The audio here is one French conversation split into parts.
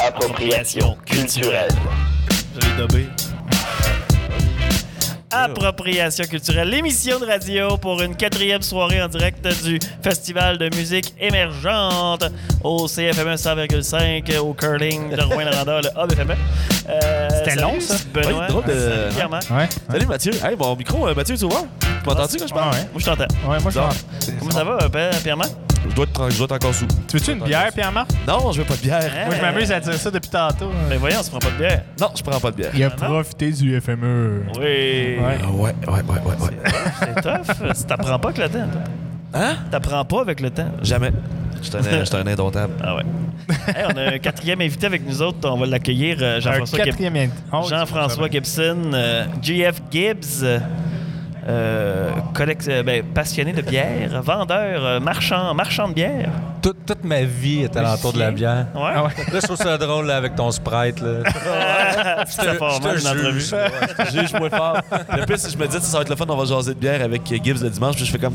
Appropriation culturelle. Je l'ai dobé. Appropriation culturelle, l'émission de radio pour une 4e soirée en direct du Festival de musique émergente au CFME 100,5 au curling de Rouyn-Noranda, le ABFME. C'était long, ça? Benoît. Ouais, drôle de... Pierre-Marc. Ouais. Salut Mathieu. Hey, mon micro, Mathieu, tu vois? Tu m'entends-tu quand je parle? Ouais. Moi, je t'entends. Ouais, moi, je Non. Comment ça va, Pierre-Marc? Je dois être encore sous. Tu veux-tu une bière, Pierre-Marc? Non, je veux pas de bière. Moi, je m'amuse à dire ça depuis tantôt. Ben voyons, on se prend pas de bière. Non, je prends pas de bière. Il a Ah, non? profité du FME. Oui. Ouais. Ouais. C'est tough. Tu t'apprends pas avec le temps, toi. Hein? T'apprends pas avec le temps. Jamais. J'étais un indomptable. Ah ouais. Hey, on a un 4e invité avec nous autres. On va l'accueillir, Jean-François Un quatrième Jean-François Gibson, GF Gibbs, passionné de bière, vendeur, marchand de bière. Toute ma vie est alentour de la bière. Ouais. Ah ouais. Là, je trouve ça drôle là, avec ton Sprite. Là. C'était fort mal une entrevue. Juge-moi fort. Le plus, je me dis, ça va être le fun, on va jaser de bière avec Gibbs le dimanche, puis je fais comme.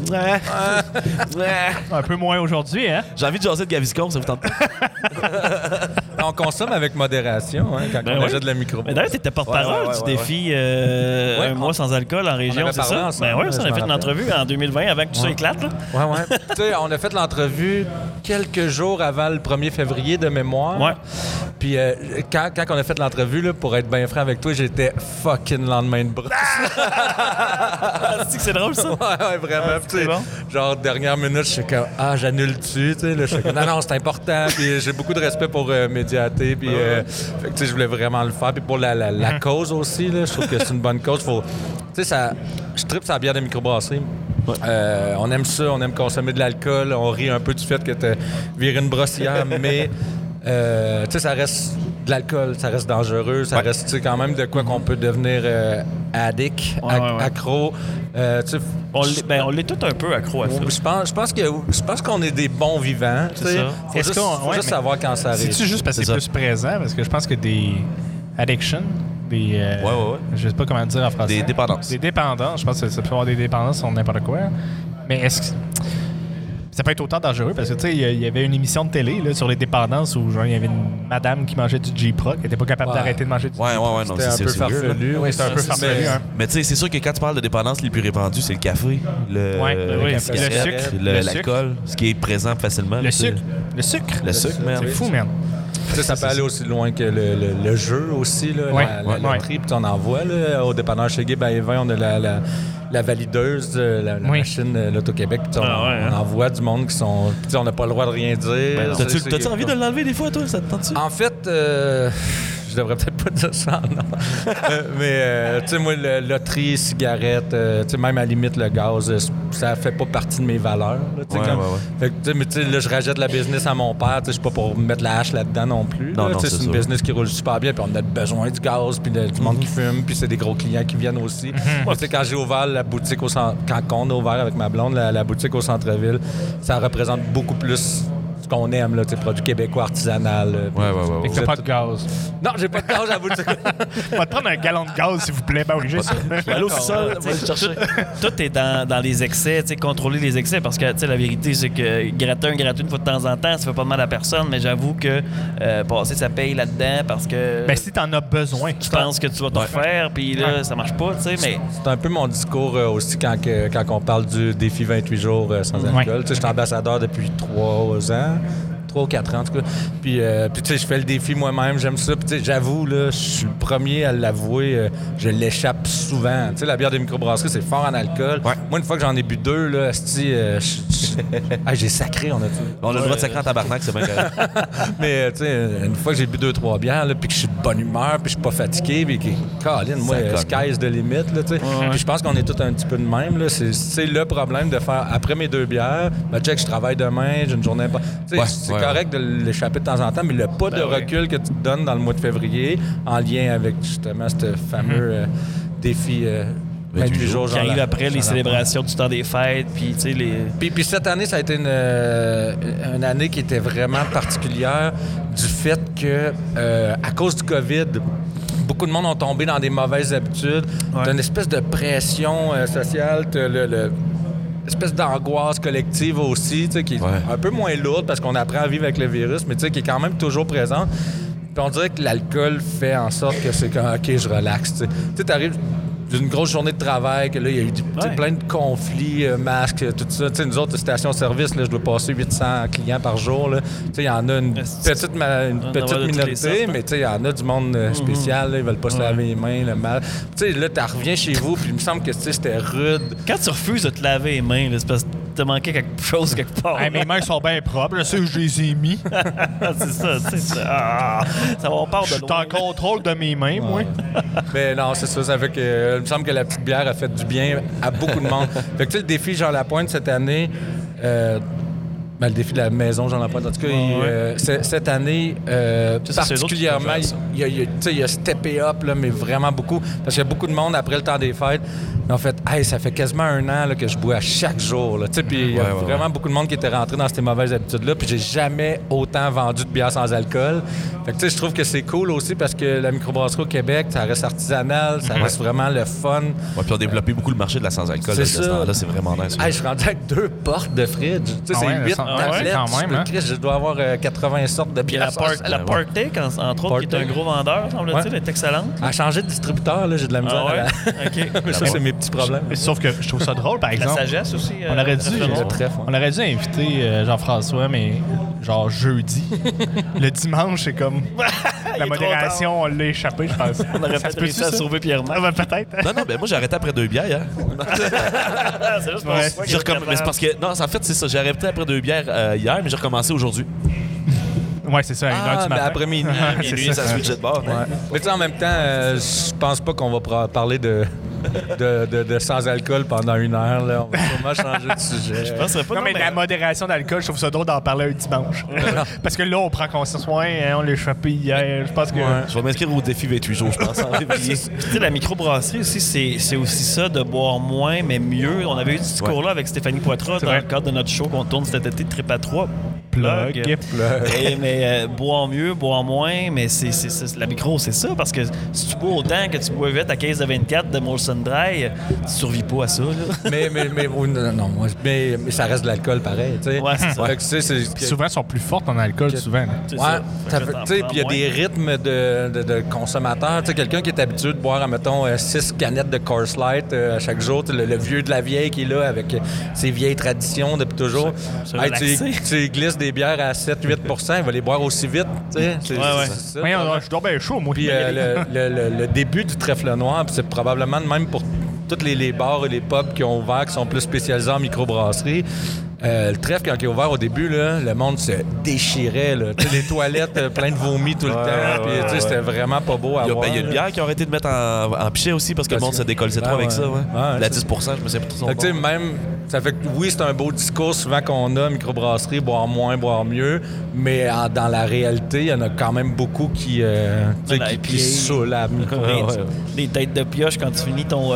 Un peu moins aujourd'hui, hein? J'ai envie de jaser de Gaviscon, ça vous tente pas? On consomme avec modération hein, quand Ben on oui. achète de la micro. Mais d'ailleurs, t'étais porte-parole du défi un mois sans alcool en région, avait c'est parlé ça? ensemble, Ben oui, ça, on je a me fait une rappelle. entrevue en 2020 avant que tout ça éclate. Là. Ouais. Tu sais, on a fait l'entrevue quelques jours avant le 1er février de mémoire. Ouais. Puis quand on a fait l'entrevue, là, pour être bien franc avec toi, j'étais fucking lendemain de bras. C'est que c'est drôle, ça? Ouais, vraiment. c'est Tu sais, bon. genre, dernière minute, je suis comme, j'annule-tu? Tu sais, là, je suis comme, non, c'est important. Puis j'ai beaucoup de respect pour Médiaté. Puis, fait que, tu sais, je voulais vraiment le faire. Puis pour la cause aussi, là, je trouve que c'est une bonne cause. Faut, tu sais, je tripe sur la bière de microbrasserie. On aime ça, on aime consommer de l'alcool. On rit un peu du fait que t'as viré une brossière, mais tu sais, ça reste de l'alcool, ça reste dangereux, ça reste tu sais, quand même de quoi qu'on peut devenir addict, accro. Tu sais, On l'est tout un peu accro à ça. je pense qu'on est des bons vivants. Tu sais. ça. Faut juste, faut juste savoir quand ça arrive. C'est-tu juste parce que C'est c'est ça. plus présent? Parce que je pense que des addictions, des... Ouais. Je sais pas comment dire en français. Des dépendances. Des dépendances. Je pense que ça peut avoir des dépendances sur n'importe quoi. Mais est-ce que... Ça peut être autant dangereux parce que, tu sais, il y avait une émission de télé là, sur les dépendances où, genre, il y avait une madame qui mangeait du J-Pro, qui n'était pas capable d'arrêter de manger du Ouais, non, C'était un peu farfelu. Oui, c'est un peu farfelu. Hein. Mais tu sais, c'est sûr que quand tu parles de dépendances les plus répandues, c'est le café, Ouais, oui, la le cigarette, sucre, l'alcool, ce qui est présent facilement. Le sucre. Le sucre. Le sucre, man. C'est fou, man. Tu sais, ça peut aller aussi loin que le jeu aussi, là, Ouais, la loterie. Puis on en voit, là, au dépanneur chez Guy, on a la valideuse, la machine L'Auto-Québec. Puis on en voit du monde qui sont... Puis on n'a pas le droit de rien dire. T'as-tu envie de l'enlever des fois, toi? Ça te tente-tu? En fait, je devrais peut-être pas dire ça, non. Mais, tu sais, moi, loterie, cigarette, tu sais, même à la limite, le gaz, ça fait pas partie de mes valeurs. Là, tu sais, Fait que, tu sais, mais tu sais, là, je rachète la business à mon père, tu sais, je suis pas pour mettre la hache là-dedans non plus. Non, là, non, tu sais, c'est c'est une sûr. business qui roule super bien, puis on a besoin du gaz, puis du monde qui fume, puis c'est des gros clients qui viennent aussi. Moi, tu sais, quand j'ai ouvert la boutique quand on a ouvert avec ma blonde, la boutique au centre-ville, ça représente beaucoup plus ce qu'on aime, là, tu sais, produits québécois artisanal. Fait que t'as pas de gaz. Non, j'ai pas de gaz à la boutique. On va te prendre un gallon de gaz, s'il vous plaît. Ben oui, juste. Allô, au sol, va le chercher. Tout est dans les excès, tu sais, contrôler les excès, parce que, tu sais, la vérité, c'est que gratter une fois de temps en temps, ça fait pas de mal à personne, mais j'avoue que passer sa paye là-dedans, parce que Ben si t'en as besoin. tu penses que tu vas te refaire, puis là, ça marche pas, tu sais, mais... C'est un peu mon discours aussi quand on parle du défi 28 jours sans alcool. Tu sais, je suis ambassadeur depuis 3 ans. 3 ou 4 ans, en tout cas. Puis tu sais, je fais le défi moi-même, j'aime ça. Puis tu sais, j'avoue, là, je suis le premier à l'avouer, je l'échappe souvent. Tu sais, la bière de microbrasserie, c'est fort en alcool. Ouais. Moi, une fois que j'en ai bu 2, là, j'ai sacré, on a tout. On a le droit de sacrer en tabarnak, c'est bien correct. Mais tu sais, une fois que j'ai bu 2-3 bières, là, puis que je suis de bonne humeur, puis je suis pas fatigué, puis que, Colin, moi, sky's the limit, là, tu sais. Puis je pense qu'on est tous un petit peu de même, là. C'est le problème de faire, après mes 2 bières, ben, check, je travaille demain, j'ai une journée... Tu sais, c'est correct de l'échapper de temps en temps, mais le pas de recul que tu te donnes dans le mois de février, en lien avec, justement, ce fameux défi... 28 jours, qui arrive après les célébrations du temps des fêtes, puis tu sais, les... Puis cette année, ça a été une année qui était vraiment particulière du fait que, à cause du COVID, beaucoup de monde ont tombé dans des mauvaises habitudes. T'as une espèce de pression sociale, t'as espèce d'angoisse collective aussi, tu sais, qui est un peu moins lourde parce qu'on apprend à vivre avec le virus, mais tu sais, qui est quand même toujours présente. Puis on dirait que l'alcool fait en sorte que c'est comme, OK, je relaxe. Tu sais, t'arrives d'une grosse journée de travail, que là, il y a eu plein de conflits, masques, tout ça. Tu sais, nous autres, station-service, là, je dois passer 800 clients par jour. Tu sais, il y en a une petite minorité, mais tu sais, il y en a du monde spécial. Là, ils veulent pas se laver les mains, le mal. Tu sais, là, tu reviens chez vous, puis il me semble que c'était rude. Quand tu refuses de te laver les mains, là, c'est parce que t'as manqué quelque chose quelque part. Hey, mes mains sont bien propres, je sais que je les ai mis. C'est ça, tu sais. Ça va, on part de Je suis loin. en contrôle de mes mains, moi. Mais non, c'est ça. Ça fait que, il me semble que la petite bière a fait du bien à beaucoup de monde. Fait que tu sais, le défi Jean Lapointe cette année, le défi de la maison Jean Lapointe, en tout cas, cette année, particulièrement, il a steppé up, là, mais vraiment beaucoup. Parce qu'il y a beaucoup de monde après le temps des fêtes. En fait, ça fait quasiment un an là, que je bois chaque jour. Puis il y a vraiment beaucoup de monde qui était rentré dans ces mauvaises habitudes-là. Puis j'ai jamais autant vendu de bière sans alcool. Fait que je trouve que c'est cool aussi parce que la microbrasserie au Québec, ça reste artisanal, ça reste vraiment le fun. Ouais, puis on a développé beaucoup le marché de la sans-alcool. C'est ça. Là, c'est vraiment nice. Je suis rendu avec 2 portes de fridge. Tu sais, c'est 8 tablettes. quand même, hein? Je dois avoir 80 sortes de bières. La Partek, entre autres, qui est un gros vendeur, semble-t-il, est excellente. À changer de distributeur, là, j'ai de la misère. OK. Mais ça, c'est mes petits problèmes. Sauf que je trouve ça drôle, par La exemple. sagesse aussi. On aurait dû, on aurait dû inviter Jean-François, mais genre jeudi. Le dimanche, c'est comme... La modération, on l'a échappé, je pense. On aurait peut-être réussi à sauver Pierre-Marc. Peut-être. Non, ben moi, j'ai arrêté après 2 bières. C'est juste pour ça Mais c'est parce que... Non, en fait, c'est ça. J'ai arrêté après 2 bières hier, mais j'ai recommencé aujourd'hui. Ouais, c'est ça, 1h du matin. Après minuit. Minuit, ça switchait de bord. Mais tu sais, en même temps, je pense pas qu'on va parler de sans-alcool pendant 1 heure. Là. On va sûrement changer de sujet. Je penserais pas. Non, mais la modération d'alcool, je trouve ça drôle d'en parler un dimanche. Parce que là, on prend conscience. Ouais, on l'a échappé hier. Je pense que... Je vais m'inscrire au défi 28 jours, je pense, en février. Tu sais, la microbrasserie aussi, c'est aussi ça, de boire moins, mais mieux. On avait eu ce discours-là avec Stéphanie Poitras dans le cadre de notre show qu'on tourne cet été, Trip à 3. Plug. Mais boire mieux, boire moins, mais c'est la micro, c'est ça, parce que si tu bois autant que tu bois vite à 15 de 24 de Molson Dry, tu survis pas à ça. Là. mais ça reste de l'alcool pareil, tu sais. Ouais, c'est ça. Fait que, tu sais, Souvent, elles sont plus fortes en alcool, souvent. C'est ouais, ça. tu sais, puis il y a des rythmes de consommateurs. Tu sais, quelqu'un qui est habitué de boire, mettons, 6 canettes de Coors Light à chaque jour, le vieux de la vieille qui est là avec ses vieilles traditions depuis toujours. Tu glisses des bières à 7-8 %, il va les boire aussi vite, tu sais. C'est ça. Ouais, je dors bien chaud, moi. Puis le début du trèfle noir, puis c'est probablement de même pour tous les bars et les pubs qui ont ouvert, qui sont plus spécialisés en microbrasserie. Le trèfle, quand il est ouvert au début, là, le monde se déchirait. Là. Les toilettes plein de vomi tout le temps. Puis, c'était vraiment pas beau à voir. Il y a une bière qui a arrêté de mettre en pichet aussi parce que le monde se décolle trop avec ça. La 10 je me sais pas trop son nom. Même, ça fait que oui, c'est un beau discours souvent qu'on a, microbrasserie, boire moins, boire mieux. Mais dans la réalité, il y en a quand même beaucoup qui saoulent la microbrasserie. Les têtes de pioche quand tu finis ton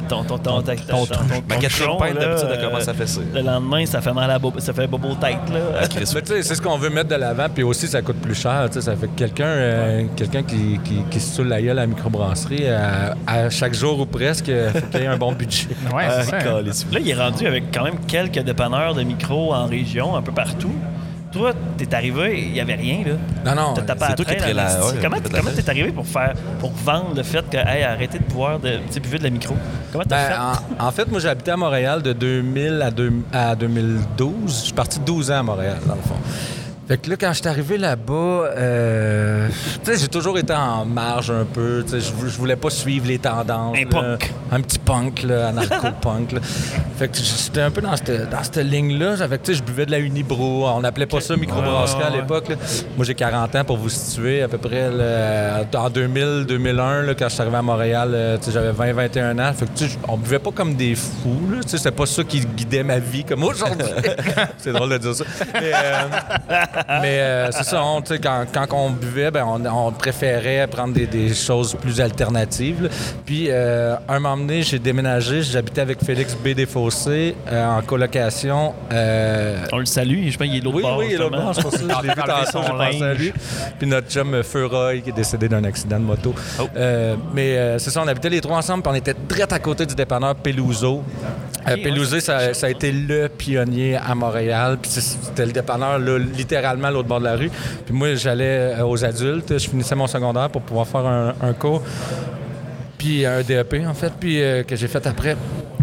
Ma 4e pinte d'habitude, elle commence à fesser. Le lendemain, ça fait mal à ça fait bobo tête. Là. Mais tu sais, c'est ce qu'on veut mettre de l'avant, puis aussi, ça coûte plus cher. Ça fait que quelqu'un qui se saoule la gueule à la microbrasserie, à chaque jour ou presque, il faut qu'il y ait un bon budget. Ouais, c'est ça. Là, il est rendu avec quand même quelques dépanneurs de micro en région, un peu partout. Toi, t'es arrivé, il n'y avait rien, là. Non. T'as tapé à toi qui train, là. Comment t'es arrivé pour vendre le fait que, arrêtez de boire, buvez de la micro? Comment t'as fait? En fait, moi, j'ai habité à Montréal de 2000 à 2012. Je suis parti 12 ans à Montréal, dans le fond. Fait que là, quand je suis arrivé là-bas, tu sais, j'ai toujours été en marge un peu. Tu sais, je voulais pas suivre les tendances. Un petit punk, là, anarcho-punk. Là. Fait que j'étais un peu dans cette ligne-là. Tu sais, je buvais de la Unibroue. On n'appelait pas ça microbrasserie à l'époque. Là. Moi, j'ai 40 ans pour vous situer. À peu près en 2000-2001, là, quand je suis arrivé à Montréal, tu sais, j'avais 20-21 ans. Fait que tu sais, on buvait pas comme des fous. Là. Tu sais, c'était pas ça qui guidait ma vie comme aujourd'hui. C'est drôle de dire ça. Mais c'est ça, quand on buvait, on préférait prendre des choses plus alternatives. Là. Puis, un moment donné, j'ai déménagé, j'habitais avec Félix B. Desfossés en colocation. On le salue, je pense qu'il est l'autre bord. Oui, il est l'autre bord, c'est pour ça. Je l'ai vu tantôt, j'ai pensé à lui. Puis notre chum Feu-Roy, qui est décédé d'un accident de moto. Mais c'est ça, on habitait les trois ensemble, puis on était direct à côté du dépanneur Peluso. Pélousé, ça a été le pionnier à Montréal. Puis c'était le dépanneur, là, littéralement, à l'autre bord de la rue. Puis moi, j'allais aux adultes. Je finissais mon secondaire pour pouvoir faire un cours. Puis un DEP, en fait, puis que j'ai fait après.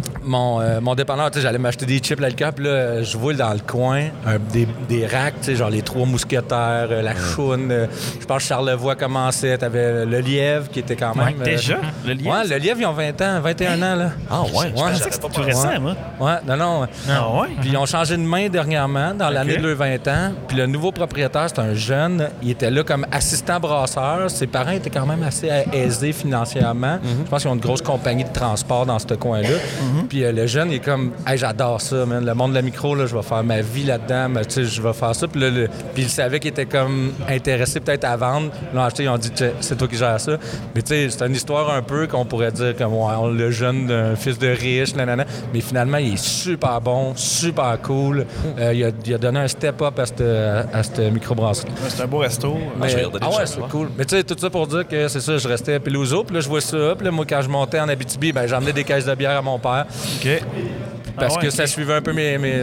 Mon dépanneur, j'allais m'acheter des chips, l'alcool, puis là, je vois dans le coin des racks, genre les Trois Mousquetaires, la Choune. Je pense que Charlevoix commençait. T'avais le Lièvre qui était quand même. Déjà? Le Lièvre? Ouais, le Lièvre, ils ont 20 ans, 21 ans, là. Ah, ouais. Je pensais que c'était tout récent, moi. Ouais, non. Ah, ouais? Puis ils ont changé de main dernièrement, dans l'année de leurs 20 ans. Puis le nouveau propriétaire, c'est un jeune. Il était là comme assistant brasseur. Ses parents étaient quand même assez aisés financièrement. Je pense qu'ils ont une grosse compagnie de transport dans ce coin-là. Puis le jeune, il est comme, hey, j'adore ça, man. Le monde de la micro, là, je vais faire ma vie là-dedans. Mais, tu sais, je vais faire ça. Puis là, puis il savait qu'il était comme intéressé peut-être à vendre. Ils l'ont acheté, ils ont dit, c'est toi qui gères ça. Mais tu sais, c'est une histoire un peu qu'on pourrait dire comme, ouais, le jeune d'un fils de riche, nanana. Mais finalement, il est super bon, super cool. Il a donné un step-up à cette microbrasserie. C'est un beau resto. Mais, je vais regarder les ouais, chiffres, c'est cool. Mais tu sais, tout ça pour dire que c'est ça, je restais à Pelouzo. Puis là, je vois ça. Puis là, moi, quand je montais en Abitibi, ben j'emmenais des caisses de bière à mon père. OK. Parce que ça suivait un peu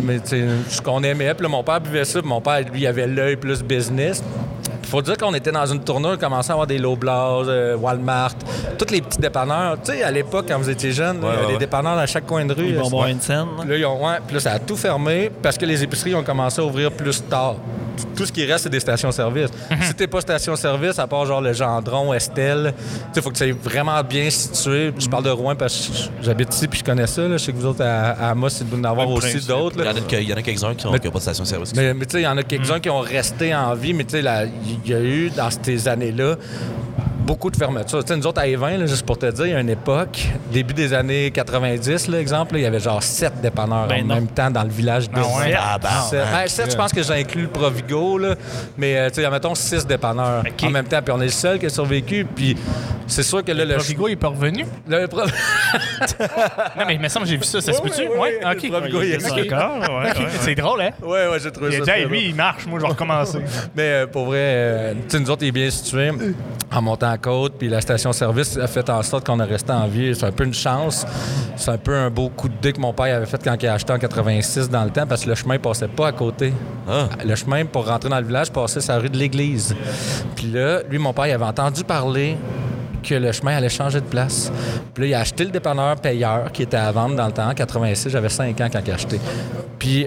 ce qu'on aimait. Puis là, mon père buvait ça. Puis mon père, lui, il avait l'œil plus business. Il faut dire qu'on était dans une tournure, on commençait à avoir des Loblaws, Walmart, tous les petits dépanneurs. Tu sais, à l'époque, quand vous étiez jeune, il y avait des dépanneurs à chaque coin de rue. Ils vont boire une scène. Puis là, ça a tout fermé parce que les épiceries ont commencé à ouvrir plus tard. Tout ce qui reste, c'est des stations-service. Si t'es pas station-service, à part genre le Gendron, Estelle, il faut que tu sois vraiment bien situé. Je parle de Rouen parce que j'habite ici puis je connais ça. Là. Je sais que vous autres, à Amos, il doit en avoir aussi d'autres. Il y en a quelques-uns qui n'ont pas de station-service. Mais tu sais, il y en a quelques-uns qui ont resté en vie, mais tu sais, il y a eu, dans ces années-là, beaucoup de fermetures. Tu sais, nous autres, à Évin, juste pour te dire, il y a une époque, début des années 90, l'exemple, il y avait genre 7 dépanneurs en même temps dans le village de 7, je pense que j'inclus le Provigo, là, mais tu sais, mettons 6 dépanneurs en même temps. Puis on est le seul qui a survécu. Puis c'est sûr que là, le Provigo, il est pas revenu? Non, mais il me semble que j'ai vu ça. Ça se peut-tu? Oui, OK. Le Provigo, il est encore. C'est drôle, hein? Oui, j'ai trouvé ça. Il a dit, lui, il marche. Moi, je vais recommencer. Mais pour vrai, tu sais, nous autres, il est bien situé en montant à côte, puis la station-service a fait en sorte qu'on est resté en vie. C'est un peu une chance. C'est un peu un beau coup de dé que mon père avait fait quand il a acheté en 86 dans le temps, parce que le chemin passait pas à côté. Le chemin, pour rentrer dans le village, passait sur la rue de l'Église. Puis là, lui, mon père, il avait entendu parler que le chemin allait changer de place. Puis là, il a acheté le dépanneur payeur qui était à vendre dans le temps. En 86, j'avais 5 ans quand il a acheté. Puis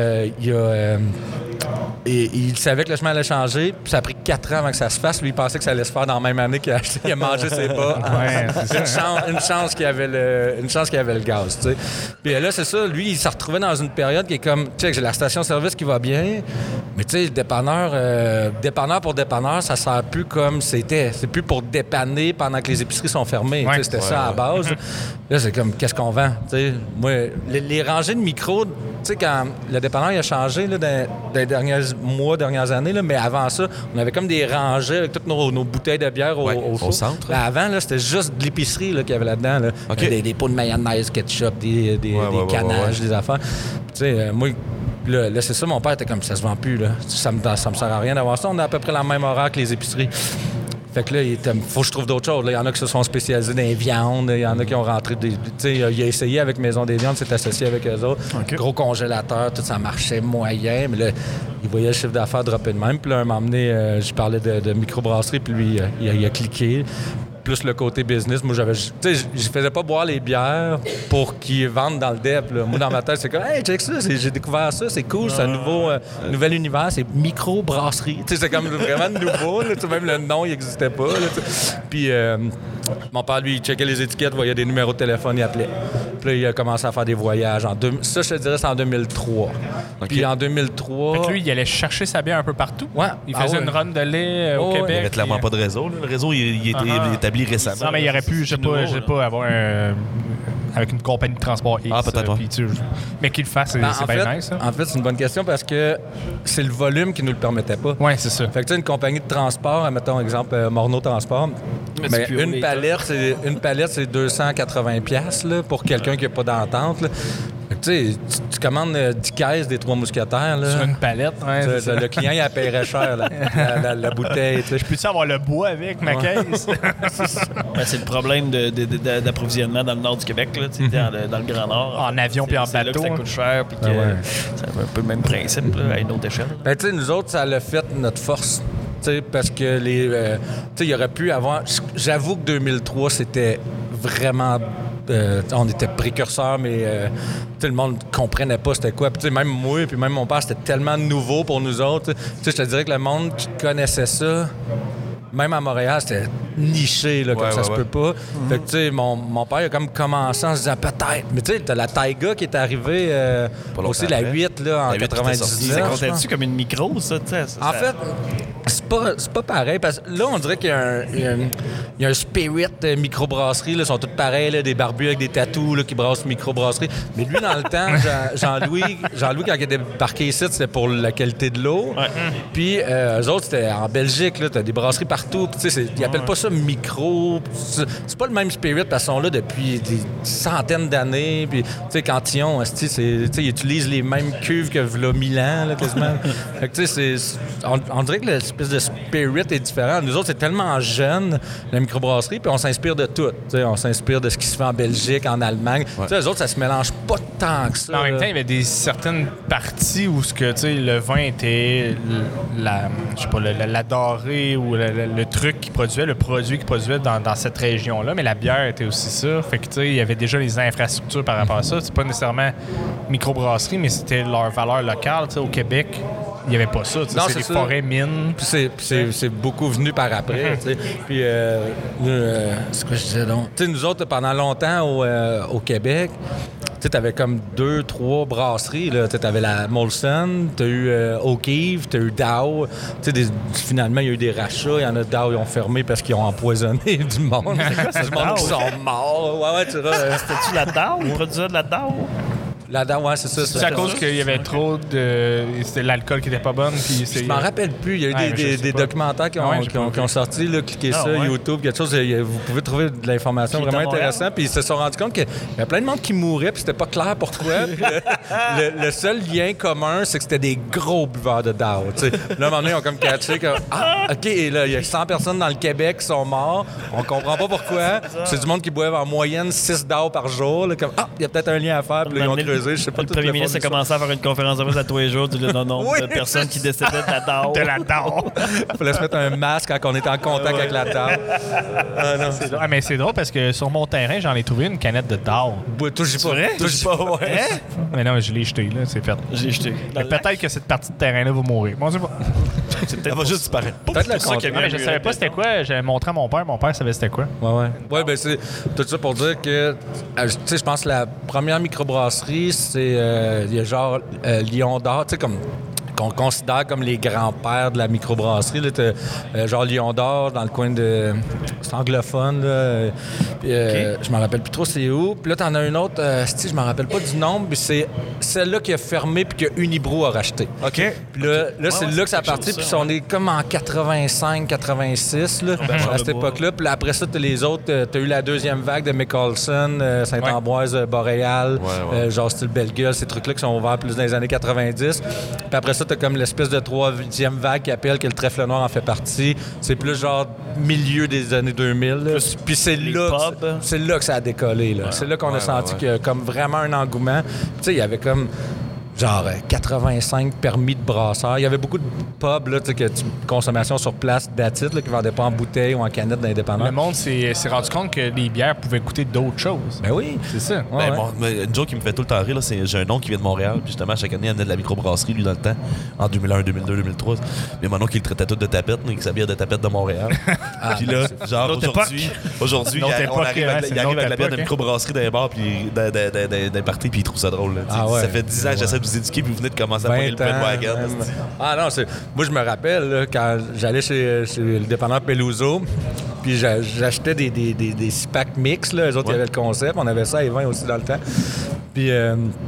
il savait que le chemin allait changer, puis ça a pris 4 ans avant que ça se fasse. Lui, il pensait que ça allait se faire dans la même année qu'il a acheté. Il a mangé ses bas. Une chance qu'il y avait le gaz, tu sais. Puis là, c'est ça. Lui, il s'est retrouvé dans une période qui est comme, tu sais, j'ai la station-service qui va bien, mais tu sais, le dépanneur pour dépanneur, ça sert plus comme c'était. C'est plus pour dépanner pendant que les épiceries sont fermées. Ouais. C'était ça à la base. Là, c'est comme, qu'est-ce qu'on vend? T'sais, moi, les rangées de micros, tu sais, quand le dépanneur il a changé là, dans les dernières années, là, mais avant ça, on avait comme des rangées avec toutes nos bouteilles de bière au centre. Là, avant, là, c'était juste de l'épicerie qu'il y avait là-dedans. Là. Okay. Des pots de mayonnaise, ketchup, des canages, des affaires. Tu sais, moi, là, c'est ça, mon père était comme, ça se vend plus. Là. Ça me sert à rien d'avoir ça. On a à peu près la même horaire que les épiceries. Fait que là, il faut que je trouve d'autres choses. Il y en a qui se sont spécialisés dans les viandes. Il y en a qui ont rentré des... Tu sais, il a essayé avec Maison des Viandes, s'est associé avec eux autres. Okay. Gros congélateur, tout ça marchait moyen. Mais là, il voyait le chiffre d'affaires dropper de même. Puis là, un moment donné, je parlais de microbrasserie, puis lui, il a cliqué. Plus le côté business. Moi, je faisais pas boire les bières pour qu'ils vendent dans le DEP. Là. Moi, dans ma tête, c'est comme, hey, check ça, j'ai découvert ça, c'est cool, c'est un nouvel univers, c'est microbrasserie. C'est comme vraiment nouveau. Là, même le nom, il n'existait pas. Là, puis mon père, lui, il checkait les étiquettes, voyait des numéros de téléphone, il appelait. Puis là, il a commencé à faire des voyages. Ça, je te dirais, c'est en 2003. Okay. Puis en 2003... Fait que lui, il allait chercher sa bière un peu partout. Ouais. Il faisait une run de lait au Québec. Il n'y avait clairement pas de réseau. Là. Le réseau, il était établi récemment. Non, mais il aurait pu, je sais pas, avoir avec une compagnie de transport X. Peut-être. Mais qu'il le fasse, c'est bien nice. En fait, c'est une bonne question parce que c'est le volume qui nous le permettait pas. Oui, c'est ça. Fait que tu sais, une compagnie de transport, mettons exemple Morneau Transport, mais une palette, c'est 280$ là, pour quelqu'un qui n'a pas d'entente. Là. Tu sais, tu commandes 10 caisses des 3 mousquetaires. Là. Sur une palette, ouais. c'est ça. Le client, il la paierait cher, la bouteille. Tu sais. Peux-tu avoir le bois avec ma caisse? Ben, c'est le problème d'approvisionnement dans le nord du Québec, là, dans le Grand Nord. En avion puis en C'est là bateau. que ça coûte cher, puis que c'est un peu le même principe, là, à une autre échelle. Ben, tu sais, nous autres, ça l'a fait notre force. Tu sais, parce que tu sais, il y aurait pu avoir. J'avoue que 2003, c'était vraiment. On était précurseurs, mais tu sais, le monde ne comprenait pas c'était quoi. Puis, tu sais, même moi et même mon père, c'était tellement nouveau pour nous autres. Tu sais, je te dirais que le monde qui connaissait ça, même à Montréal, c'était niché, là, comme ça se peut pas. Fait que, tu sais, mon père, il a comme commencé en se disant peut-être. Mais tu sais, t'as la Taiga qui est arrivée aussi, la 8, là, en 99. Ça comptait-tu comme une micro, ça, tu sais? En fait, c'est pas pareil, parce que là, on dirait qu'il y a un spirit microbrasserie, là, ils sont tous pareils, là, des barbus avec des tatous là, qui brassent microbrasserie. Mais lui, dans le temps, Jean-Louis, quand il était débarqué ici, c'était pour la qualité de l'eau. Ouais. Puis eux autres, c'était en Belgique, là, t'as des brasseries partout. Puis, ils appellent pas ça micro. C'est pas le même spirit, parce qu'ils sont là depuis des centaines d'années. Puis, tu sais, Cantillon, ils utilisent les mêmes cuves que là, 1000 ans, là, quasiment. Fait que, tu sais, on dirait que l'espèce de spirit est différent. Nous autres, c'est tellement jeune, la microbrasserie, puis on s'inspire de tout. Tu sais, on s'inspire de ce qui se fait en Belgique, en Allemagne. Tu sais, eux autres, ça se mélange pas tant que ça. En même temps, il y avait certaines parties où le vin était la dorée ou le truc qui produisait, le produit qui produisait dans cette région-là, mais la bière était aussi ça. Fait que, tu sais, il y avait déjà les infrastructures par rapport à ça. C'est pas nécessairement microbrasserie, mais c'était leur valeur locale. Tu sais, au Québec, il n'y avait pas ça. C'est des forêts mines. Puis c'est beaucoup venu par après. Tu sais. Puis, c'est quoi je disais donc? Tu sais, nous autres, pendant longtemps au Québec, tu avais comme 2-3 brasseries. Tu avais la Molson, tu as eu O'Keeffe, tu as eu Dow. Finalement, il y a eu des rachats. Il y en a Dow, ils ont fermé parce qu'ils ont empoisonné du monde. C'est du monde qui sont morts. Ouais, tu vois. C'était-tu la Dow? Ils produisaient de la Dow? La Dow, ouais, c'est ça. C'est à cause qu'il y avait trop de... C'était l'alcool qui était pas bonne. Je m'en rappelle plus. Il y a eu des documentaires qui ont sorti. Là, cliquez ça, YouTube, quelque chose. Vous pouvez trouver de l'information vraiment intéressante. Puis ils se sont rendus compte qu'il y a plein de monde qui mourait, puis c'était pas clair pourquoi. le seul lien commun, c'est que c'était des gros buveurs de Dow. Là, à un moment donné, ils ont comme catché que, OK, et là, il y a 100 personnes dans le Québec qui sont morts. On comprend pas pourquoi. C'est du monde qui boivent en moyenne 6 Dow par jour. Là, comme, il y a peut-être un lien à faire. Puis là, ils ont creusé. Je sais pas, le premier ministre a commencé à faire une conférence de presse à tous les jours. Le nombre de personnes qui décédaient de la Dow. De la Dow. Il fallait se mettre un masque quand on était en contact avec la Dow. Mais c'est drôle parce que sur mon terrain, j'en ai trouvé une canette de Dow. Touche pas. Touche pas, ouais. Mais non, je l'ai jeté, là. C'est fait. J'ai jeté. Peut-être que cette partie de terrain-là va mourir. Bon, c'est pas. C'est peut-être juste disparaître. Peut-être la ça qu'il y mais je savais pas c'était quoi. J'avais montré à mon père. Mon père savait c'était quoi. Ouais, ben c'est tout ça pour dire que, tu sais, je pense que la première microbrasserie, c'est, il y a genre Lion d'Or, tu sais, comme qu'on considère comme les grands-pères de la microbrasserie. Là, genre Lion d'Or dans le coin de... C'est anglophone. Là. Puis, je m'en rappelle plus trop c'est où. Puis là, t'en as une autre, je m'en rappelle pas du nom, puis c'est celle-là qui a fermé puis que Unibroue a racheté. OK. Puis là, c'est là que ça a parti. Puis on est comme en 85-86 là, à cette époque-là. Puis après ça, t'as les autres. T'as eu la deuxième vague de McColson, Saint-Ambroise, Boréal, genre style Belle-Gueule, ces trucs-là qui sont ouverts plus dans les années 90. Puis après ça, t'as comme l'espèce de troisième vague qui appelle que le Trèfle Noir en fait partie. C'est plus genre milieu des années 2000. Puis c'est là que ça a décollé. Là. C'est là qu'on a senti qu'il y a comme vraiment un engouement. Tu sais, il y avait comme genre 85 permis de brasseurs. Il y avait beaucoup de pubs, là, consommation sur place, d'attitude, qui ne vendaient pas en bouteille ou en canette d'indépendant. Le monde s'est rendu compte que les bières pouvaient coûter d'autres choses. Ben oui. C'est ça. Une joke qui me fait tout le temps rire, là, j'ai un oncle qui vient de Montréal, puis justement, chaque année, il amenait de la microbrasserie, lui, dans le temps, en 2001, 2002, 2003. Mais mon oncle, il le traitait tout de tapette, avec sa bière de tapette de Montréal. Puis là, genre, aujourd'hui, il arrive avec la bière de microbrasserie d'un bar, puis d'un party, puis il trouve ça drôle. Ça fait 10 ans que j'essaie de vous éduquer, puis vous venez de commencer à prendre le Penwagon. Ah non, moi, je me rappelle, là, quand j'allais chez le dépanneur Peluso, puis j'achetais des 6-packs mix, là. Eux autres, ils avaient le concept. On avait ça et 20 aussi dans le temps. Puis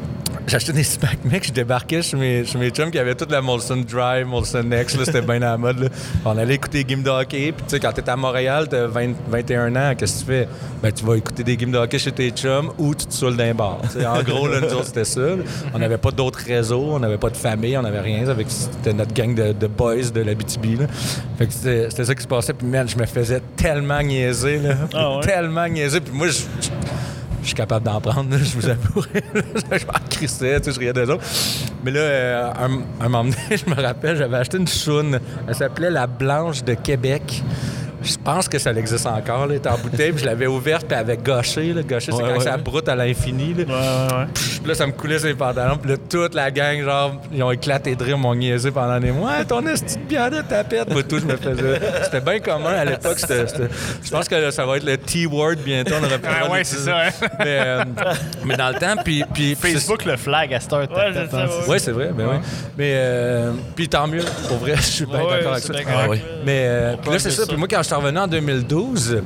j'achetais des Smack Mix, je débarquais chez mes chums qui avaient toute la Molson Dry, Molson X, là, c'était bien à la mode. Là. On allait écouter des games de hockey, puis tu sais, quand t'es à Montréal, t'as 21 ans, qu'est-ce que tu fais? Ben, tu vas écouter des games de hockey chez tes chums ou tu te saoules d'un bar. T'sais, en gros, là, nous autres, c'était ça. Là. On n'avait pas d'autres réseaux, on n'avait pas de famille, on n'avait rien. C'était notre gang de boys de l'Abitibi. Là. Fait que c'était ça qui se passait, puis man, je me faisais tellement niaiser, là. Tellement niaiser, puis moi, je suis capable d'en prendre, là, je vous avouerai. Je m'en crissais, je riais des autres. Mais là, un moment donné, je me rappelle, j'avais acheté une choune. Elle s'appelait la Blanche de Québec. Je pense que ça existe encore, là, elle était en bouteille, puis je l'avais ouverte, puis elle avait gâché. Là. Gâché, c'est quand ça broute à l'infini. Là. Puis là, ça me coulait sur les pantalons, puis là, toute la gang, genre, ils ont éclaté de rire, m'ont niaisé pendant des mois. Ton esti de bière de tapette. Moi, tout, je me faisais. C'était bien commun à l'époque. Je pense que là, ça va être le T-word bientôt. On aurait pu ouais, c'est ça. Hein? Mais dans le temps, puis Facebook, le flag à Star. Oui, c'est vrai. Ben oui. Mais puis tant mieux. Pour vrai, je suis bien d'accord avec ça. Mais puis là, c'est ça. Puis moi, quand je suis revenu en 2012,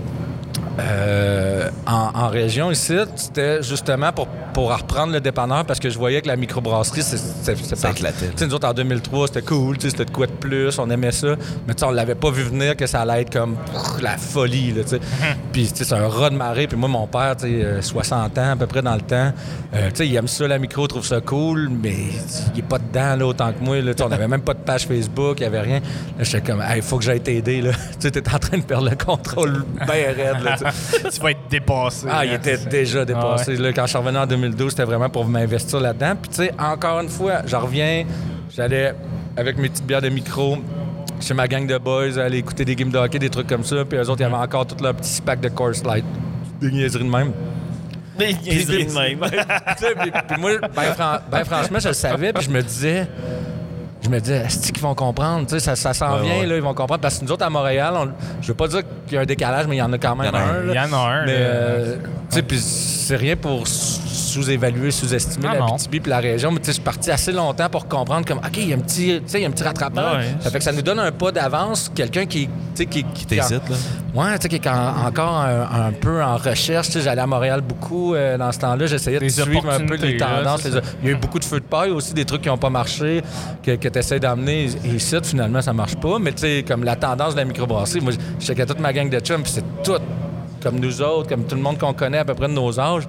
en région ici, c'était justement pour reprendre le dépanneur parce que je voyais que la microbrasserie, ça éclatait. Nous autres, en 2003, c'était cool, c'était de quoi de plus, on aimait ça. Mais on l'avait pas vu venir que ça allait être comme la folie. Là, puis c'est un raz de marée. Puis moi, mon père, 60 ans à peu près dans le temps, il aime ça, la micro, trouve ça cool, mais il est pas dedans là, autant que moi. Là, on n'avait même pas de page Facebook, il n'y avait rien. Là, j'étais comme, il faut que j'aille t'aider. Tu es en train de perdre le contrôle bien raide. Là, tu vas être dépassé. Il était déjà dépassé. Là, quand je suis revenu en 2012, c'était vraiment pour m'investir là-dedans. Puis, tu sais, encore une fois, je reviens, j'allais avec mes petites bières de micro chez ma gang de boys, aller écouter des games de hockey, des trucs comme ça. Puis, eux autres, il y avait encore tout leur petit pack de Coors Light. Des niaiseries de même. Des niaiseries de même. Puis moi, ben franchement, je le savais, puis je me disais, est-ce qu'ils vont comprendre? Tu sais, ça s'en vient, là, ils vont comprendre. Parce que nous autres, à Montréal, je veux pas dire qu'il y a un décalage, mais il y en a quand même un. Il y en a un. Mais, tu sais, puis c'est rien pour sous-évaluer, sous-estimer la Abitibi puis la région. Mais tu sais, je suis parti assez longtemps pour comprendre comme, OK, il y a un petit rattrapage. Ça fait que ça nous donne un pas d'avance. Quelqu'un qui t'hésite, là. Ouais, tu sais, qui est encore un peu en recherche. Tu sais, j'allais à Montréal beaucoup dans ce temps-là. J'essayais de suivre un peu les tendances. Il y a eu beaucoup de feux de paille aussi, des trucs qui n'ont pas marché, que tu essaies d'amener ici. Finalement, ça marche pas. Mais tu sais, comme la tendance de la microbrasserie, moi, je checkais toute ma gang de chums, puis c'est tout comme nous autres, comme tout le monde qu'on connaît à peu près de nos âges.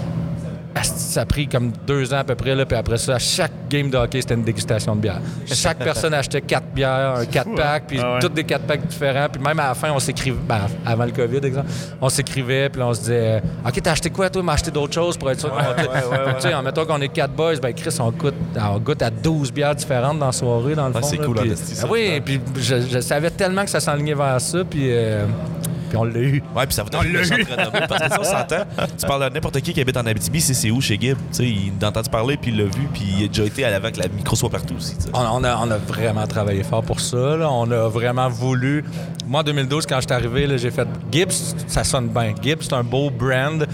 Ça a pris comme 2 ans à peu près, là, puis après ça, à chaque game de hockey, c'était une dégustation de bière. Chaque personne achetait 4 bières, un 4-pack, puis toutes des 4-packs différents. Puis même à la fin, on s'écrivait, avant le COVID, exemple, on s'écrivait, puis on se disait « OK, t'as acheté quoi, toi? M'a acheté d'autres choses pour être sûr. » Tu sais, en mettant qu'on est 4 boys, ben Chris, on goûte à 12 bières différentes dans la soirée, dans le fond. C'est cool, oui, puis je savais tellement que ça s'enlignait vers ça, puis on l'a eu. Ouais, puis ça va donner une méchante renommée. Parce que ça, on s'entend. Tu parles de n'importe qui habite en Abitibi, c'est où chez Gibb. Tu sais, il a entendu parler, puis il l'a vu, puis il a déjà été à l'avant que la micro soit partout aussi. On a vraiment travaillé fort pour ça. Là. On a vraiment voulu. Moi, en 2012, quand je suis arrivé, là, j'ai fait Gibb, ça sonne bien. Gibb, c'est un beau brand.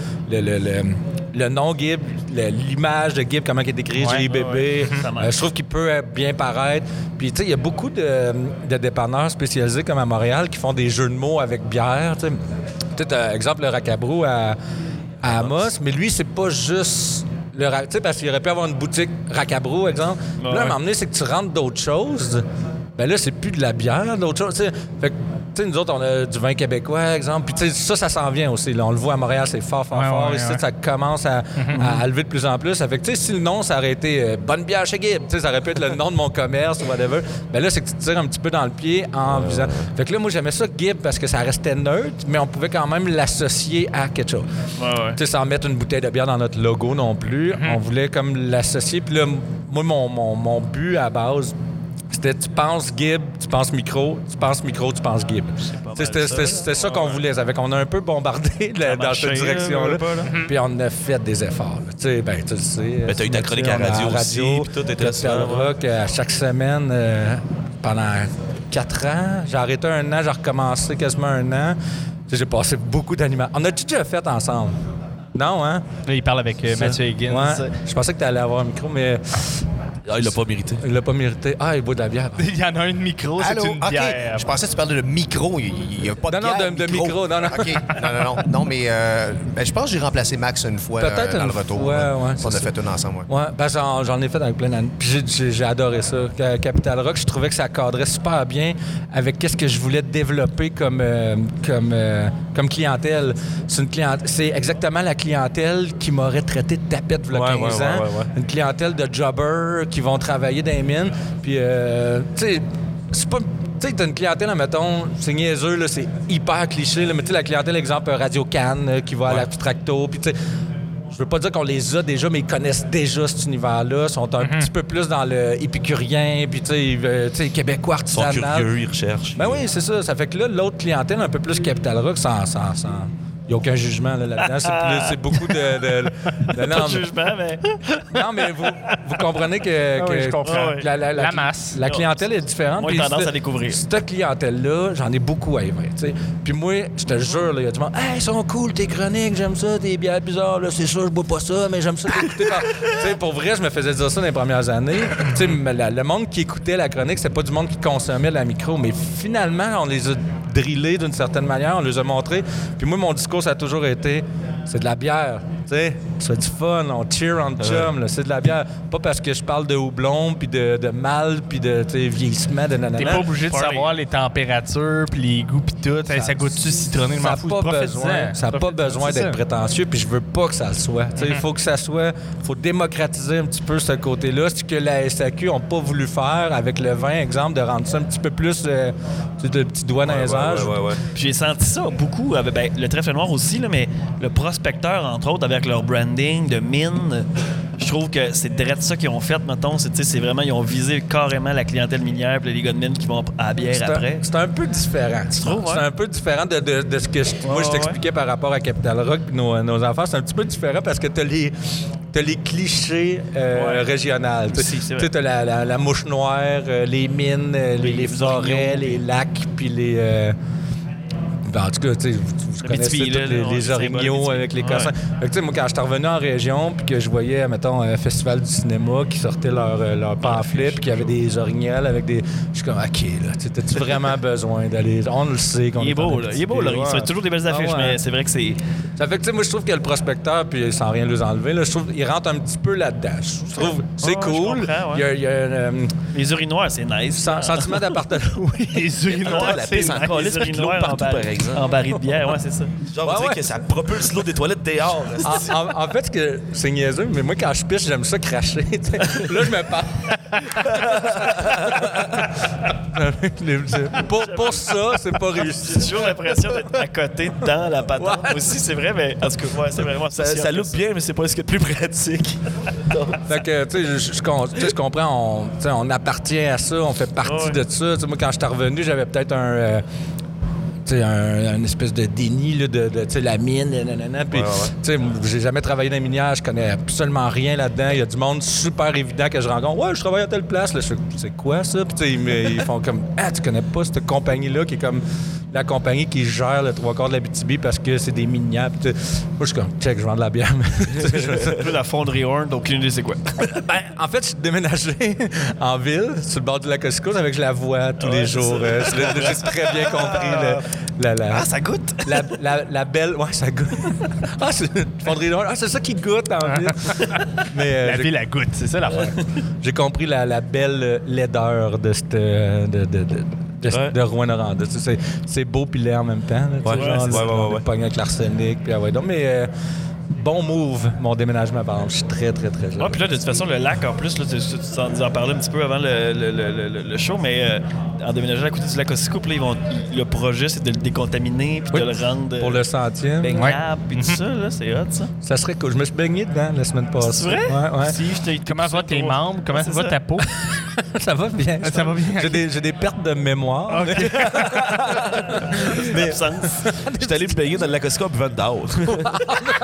Le nom Gibb, l'image de Gibb, comment il est écrit, GBB, je trouve qu'il peut bien paraître. Puis, tu sais, il y a beaucoup de dépanneurs spécialisés comme à Montréal qui font des jeux de mots avec bière. Tu sais, exemple, le Racabrou à Amos, mais lui, c'est pas juste le tu sais, parce qu'il aurait pu avoir une boutique Racabrou, exemple. Là, à un moment donné, c'est que tu rentres d'autres choses. Ben là, c'est plus de la bière, d'autres choses. Tu sais, fait que, tu sais, nous autres, on a du vin québécois, exemple. Puis, tu sais, ça s'en vient aussi. Là. On le voit à Montréal, c'est fort. Ici, ça commence à lever de plus en plus. Ça fait que, tu sais, si le nom, ça aurait été Bonne bière chez Gibb, tu sais, ça aurait pu être le nom de mon commerce ou whatever. Ben là, c'est que tu te tires un petit peu dans le pied en visant. Fait que là, moi, j'aimais ça, Gibb, parce que ça restait neutre, mais on pouvait quand même l'associer à quelque chose. Tu sais, sans mettre une bouteille de bière dans notre logo non plus. On voulait comme l'associer. Puis là, moi, mon but à base, c'était tu penses Gibb, tu penses micro, tu penses micro, tu penses Gibb. C'était ça qu'on voulait. On a un peu bombardé dans cette direction-là. Puis on a fait des efforts. Tu sais, tu le sais. Mais t'as eu ta chronique à radio aussi, puis tout était ça. Rock à chaque semaine pendant 4 ans. J'ai arrêté 1 an, j'ai recommencé quasiment 1 an. J'ai passé beaucoup d'animations. On a déjà fait ensemble. Non, hein? Là, il parle avec Mathieu Higgins. Ouais. Je pensais que tu allais avoir un micro, mais Ah, il l'a pas mérité. Il l'a pas mérité. Ah, il boit de la bière. Il y en a un de micro, c'est Allô? une OK. bière. Je pensais que tu parlais de micro. Il n'y a pas de Non, bière, de micro. Non. OK. Non, mais je pense que j'ai remplacé Max une fois Peut-être dans une le retour. fois, ouais, On a c'est fait une ensemble, ouais. Ouais, parce que j'en ai fait avec plein d'amis. Puis j'ai adoré ça. Capital Rock, je trouvais que ça cadrait super bien avec qu'est-ce que je voulais développer comme clientèle. C'est exactement la clientèle qui m'aurait traité de tapette il y a 15 ans. Ouais. Une clientèle de jobbers qui vont travailler dans les mines. Puis, tu sais, c'est pas... Tu sais, t'as une clientèle, mettons, c'est niaiseux, là, c'est hyper cliché, là, mais tu sais, la clientèle, exemple, Radio Cannes, qui va à la Tracto, puis tu sais... Je veux pas dire qu'on les a déjà, mais ils connaissent déjà cet univers-là. Ils sont un petit peu plus dans le épicurien, puis tu sais, québécois Ils sont artisanal. curieux, ils recherchent. Ben oui, c'est ça. Ça fait que là, l'autre clientèle, un peu plus Capital Rock, il n'y a aucun jugement là-dedans. C'est beaucoup de Pas non, de jugement, mais... non, mais vous comprenez que, Ah oui, je comprends. La masse. La clientèle est différente. Moi, j'ai tendance à découvrir. Cette clientèle-là, j'en ai beaucoup à aimer. T'sais. Puis moi, je te jure, il y a du monde. Hey, ils sont cool, tes chroniques, j'aime ça, tes bières bizarres, là, c'est sûr, je bois pas ça, mais j'aime ça t'écouter. T'sais, pour vrai, je me faisais dire ça dans les premières années. T'sais, le monde qui écoutait la chronique, c'était pas du monde qui consommait la micro, mais finalement, on les a drillés d'une certaine manière, on les a montrés. Puis moi, mon discours, ça a toujours été c'est de la bière. Tu sais, c'est du fun, on cheer on chum, là, c'est de la bière. Pas parce que je parle de houblon, puis de mal, puis de vieillissement, de nanana. T'es pas obligé de savoir les températures, puis les goûts, puis tout. Ça goûte-tu citronné, je m'en fous. Ça n'a pas besoin d'être prétentieux, puis je veux pas que ça le soit. Il faut que ça soit... faut démocratiser un petit peu ce côté-là. Ce que la SAQ n'ont pas voulu faire avec le vin, exemple, de rendre ça un petit peu plus de petits doigts dans les airs. Puis j'ai senti ça beaucoup, avec le trèfle noir aussi, là, mais le prospecteur, entre autres, avec leur branding de mine, je trouve que c'est direct ça qu'ils ont fait, mettons. C'est vraiment, ils ont visé carrément la clientèle minière puis les gars de mine qui vont à la bière après. C'est un peu différent. Tu trouves, c'est un peu différent de ce que moi je t'expliquais par rapport à Capital Rock et nos affaires. C'est un petit peu différent parce que t'as les clichés régionaux. Tu t'as la mouche noire, les mines, les forêts, les lacs, puis les... en tout cas, vous connaissez les orignaux avec les cossins. Moi, quand j'étais revenu en région puis que je voyais, mettons, un festival du cinéma qui sortait leur pamphlet puis qu'il y avait des orignals avec des... Je suis comme, OK, là, t'as-tu vraiment besoin d'aller... On le sait qu'on Il est beau, là. Il est beau, là. Il fait toujours des belles affiches, mais c'est vrai que c'est... Ça fait que, moi, je trouve que le prospecteur, puis sans rien lui enlever, là, je trouve qu'il rentre un petit peu là-dedans. Je trouve c'est cool. Il y a les urinoirs, c'est nice. Sentiment d'appartenance. Oui, les urinoirs, la pisse encore, les urinoirs partout, par exemple. En baril de bière, ouais, c'est ça. Genre, on dirait que ça propulse l'eau des toilettes dehors. En fait, c'est niaiseux, mais moi, quand je pisse, j'aime ça cracher. Là, je me parle. pour ça, c'est pas réussi. J'ai toujours l'impression d'être à côté dans la patente. Aussi, c'est vrai, mais en tout cas, c'est vraiment ça look bien, mais c'est pas ce qui est le plus pratique. Fait que, tu sais, je comprends, on appartient à ça, on fait partie de ça. T'sais, moi, quand je suis revenu, j'avais peut-être un espèce de déni là, de la mine, nanana. Puis, j'ai jamais travaillé dans les minières, je connais absolument rien là-dedans. Il y a du monde super évident que je rencontre. Ouais, je travaille à telle place. Là, c'est quoi ça? Puis, ils font comme, tu connais pas cette compagnie-là qui est comme la compagnie qui gère le 3/4 de l'Abitibi parce que c'est des minières. Puis, moi, je suis comme, check, je vends de la bière. Un peu la fonderie Horn, donc aucune idée c'est quoi. En fait, je suis déménagé en ville, sur le bord du lac Ossico, avec je la vois tous les jours. J'ai très bien compris ça goûte! La belle... Ouais, ça goûte. C'est une fonderie Horn. C'est ça qui goûte en ville. Mais, la ville, elle goûte, c'est ça l'affaire. J'ai compris la belle laideur de cette... de Rouyn-Noranda. C'est beau puis laid en même temps. Pogné avec l'arsenic. Puis donc, mais bon move, mon déménagement, par exemple. Je suis très, très, très heureux. Puis là, de toute façon, le lac, en plus, là, tu en parlais un petit peu avant le show, mais en déménageant à côté du lac Ossico, puis là, le projet, c'est de le décontaminer puis de le rendre pour le 100e. Baignable, puis tout ça, là, c'est hot, ça. Ça serait cool. Je me suis baigné dedans la semaine passée. C'est vrai? Ouais. Si, comment va tes membres? Comment va ta peau? Ça va bien. Ça va bien. J'ai des pertes de mémoire. Okay. Mais j'étais allé me baigner dans le lac Ossico en buvant de d'or.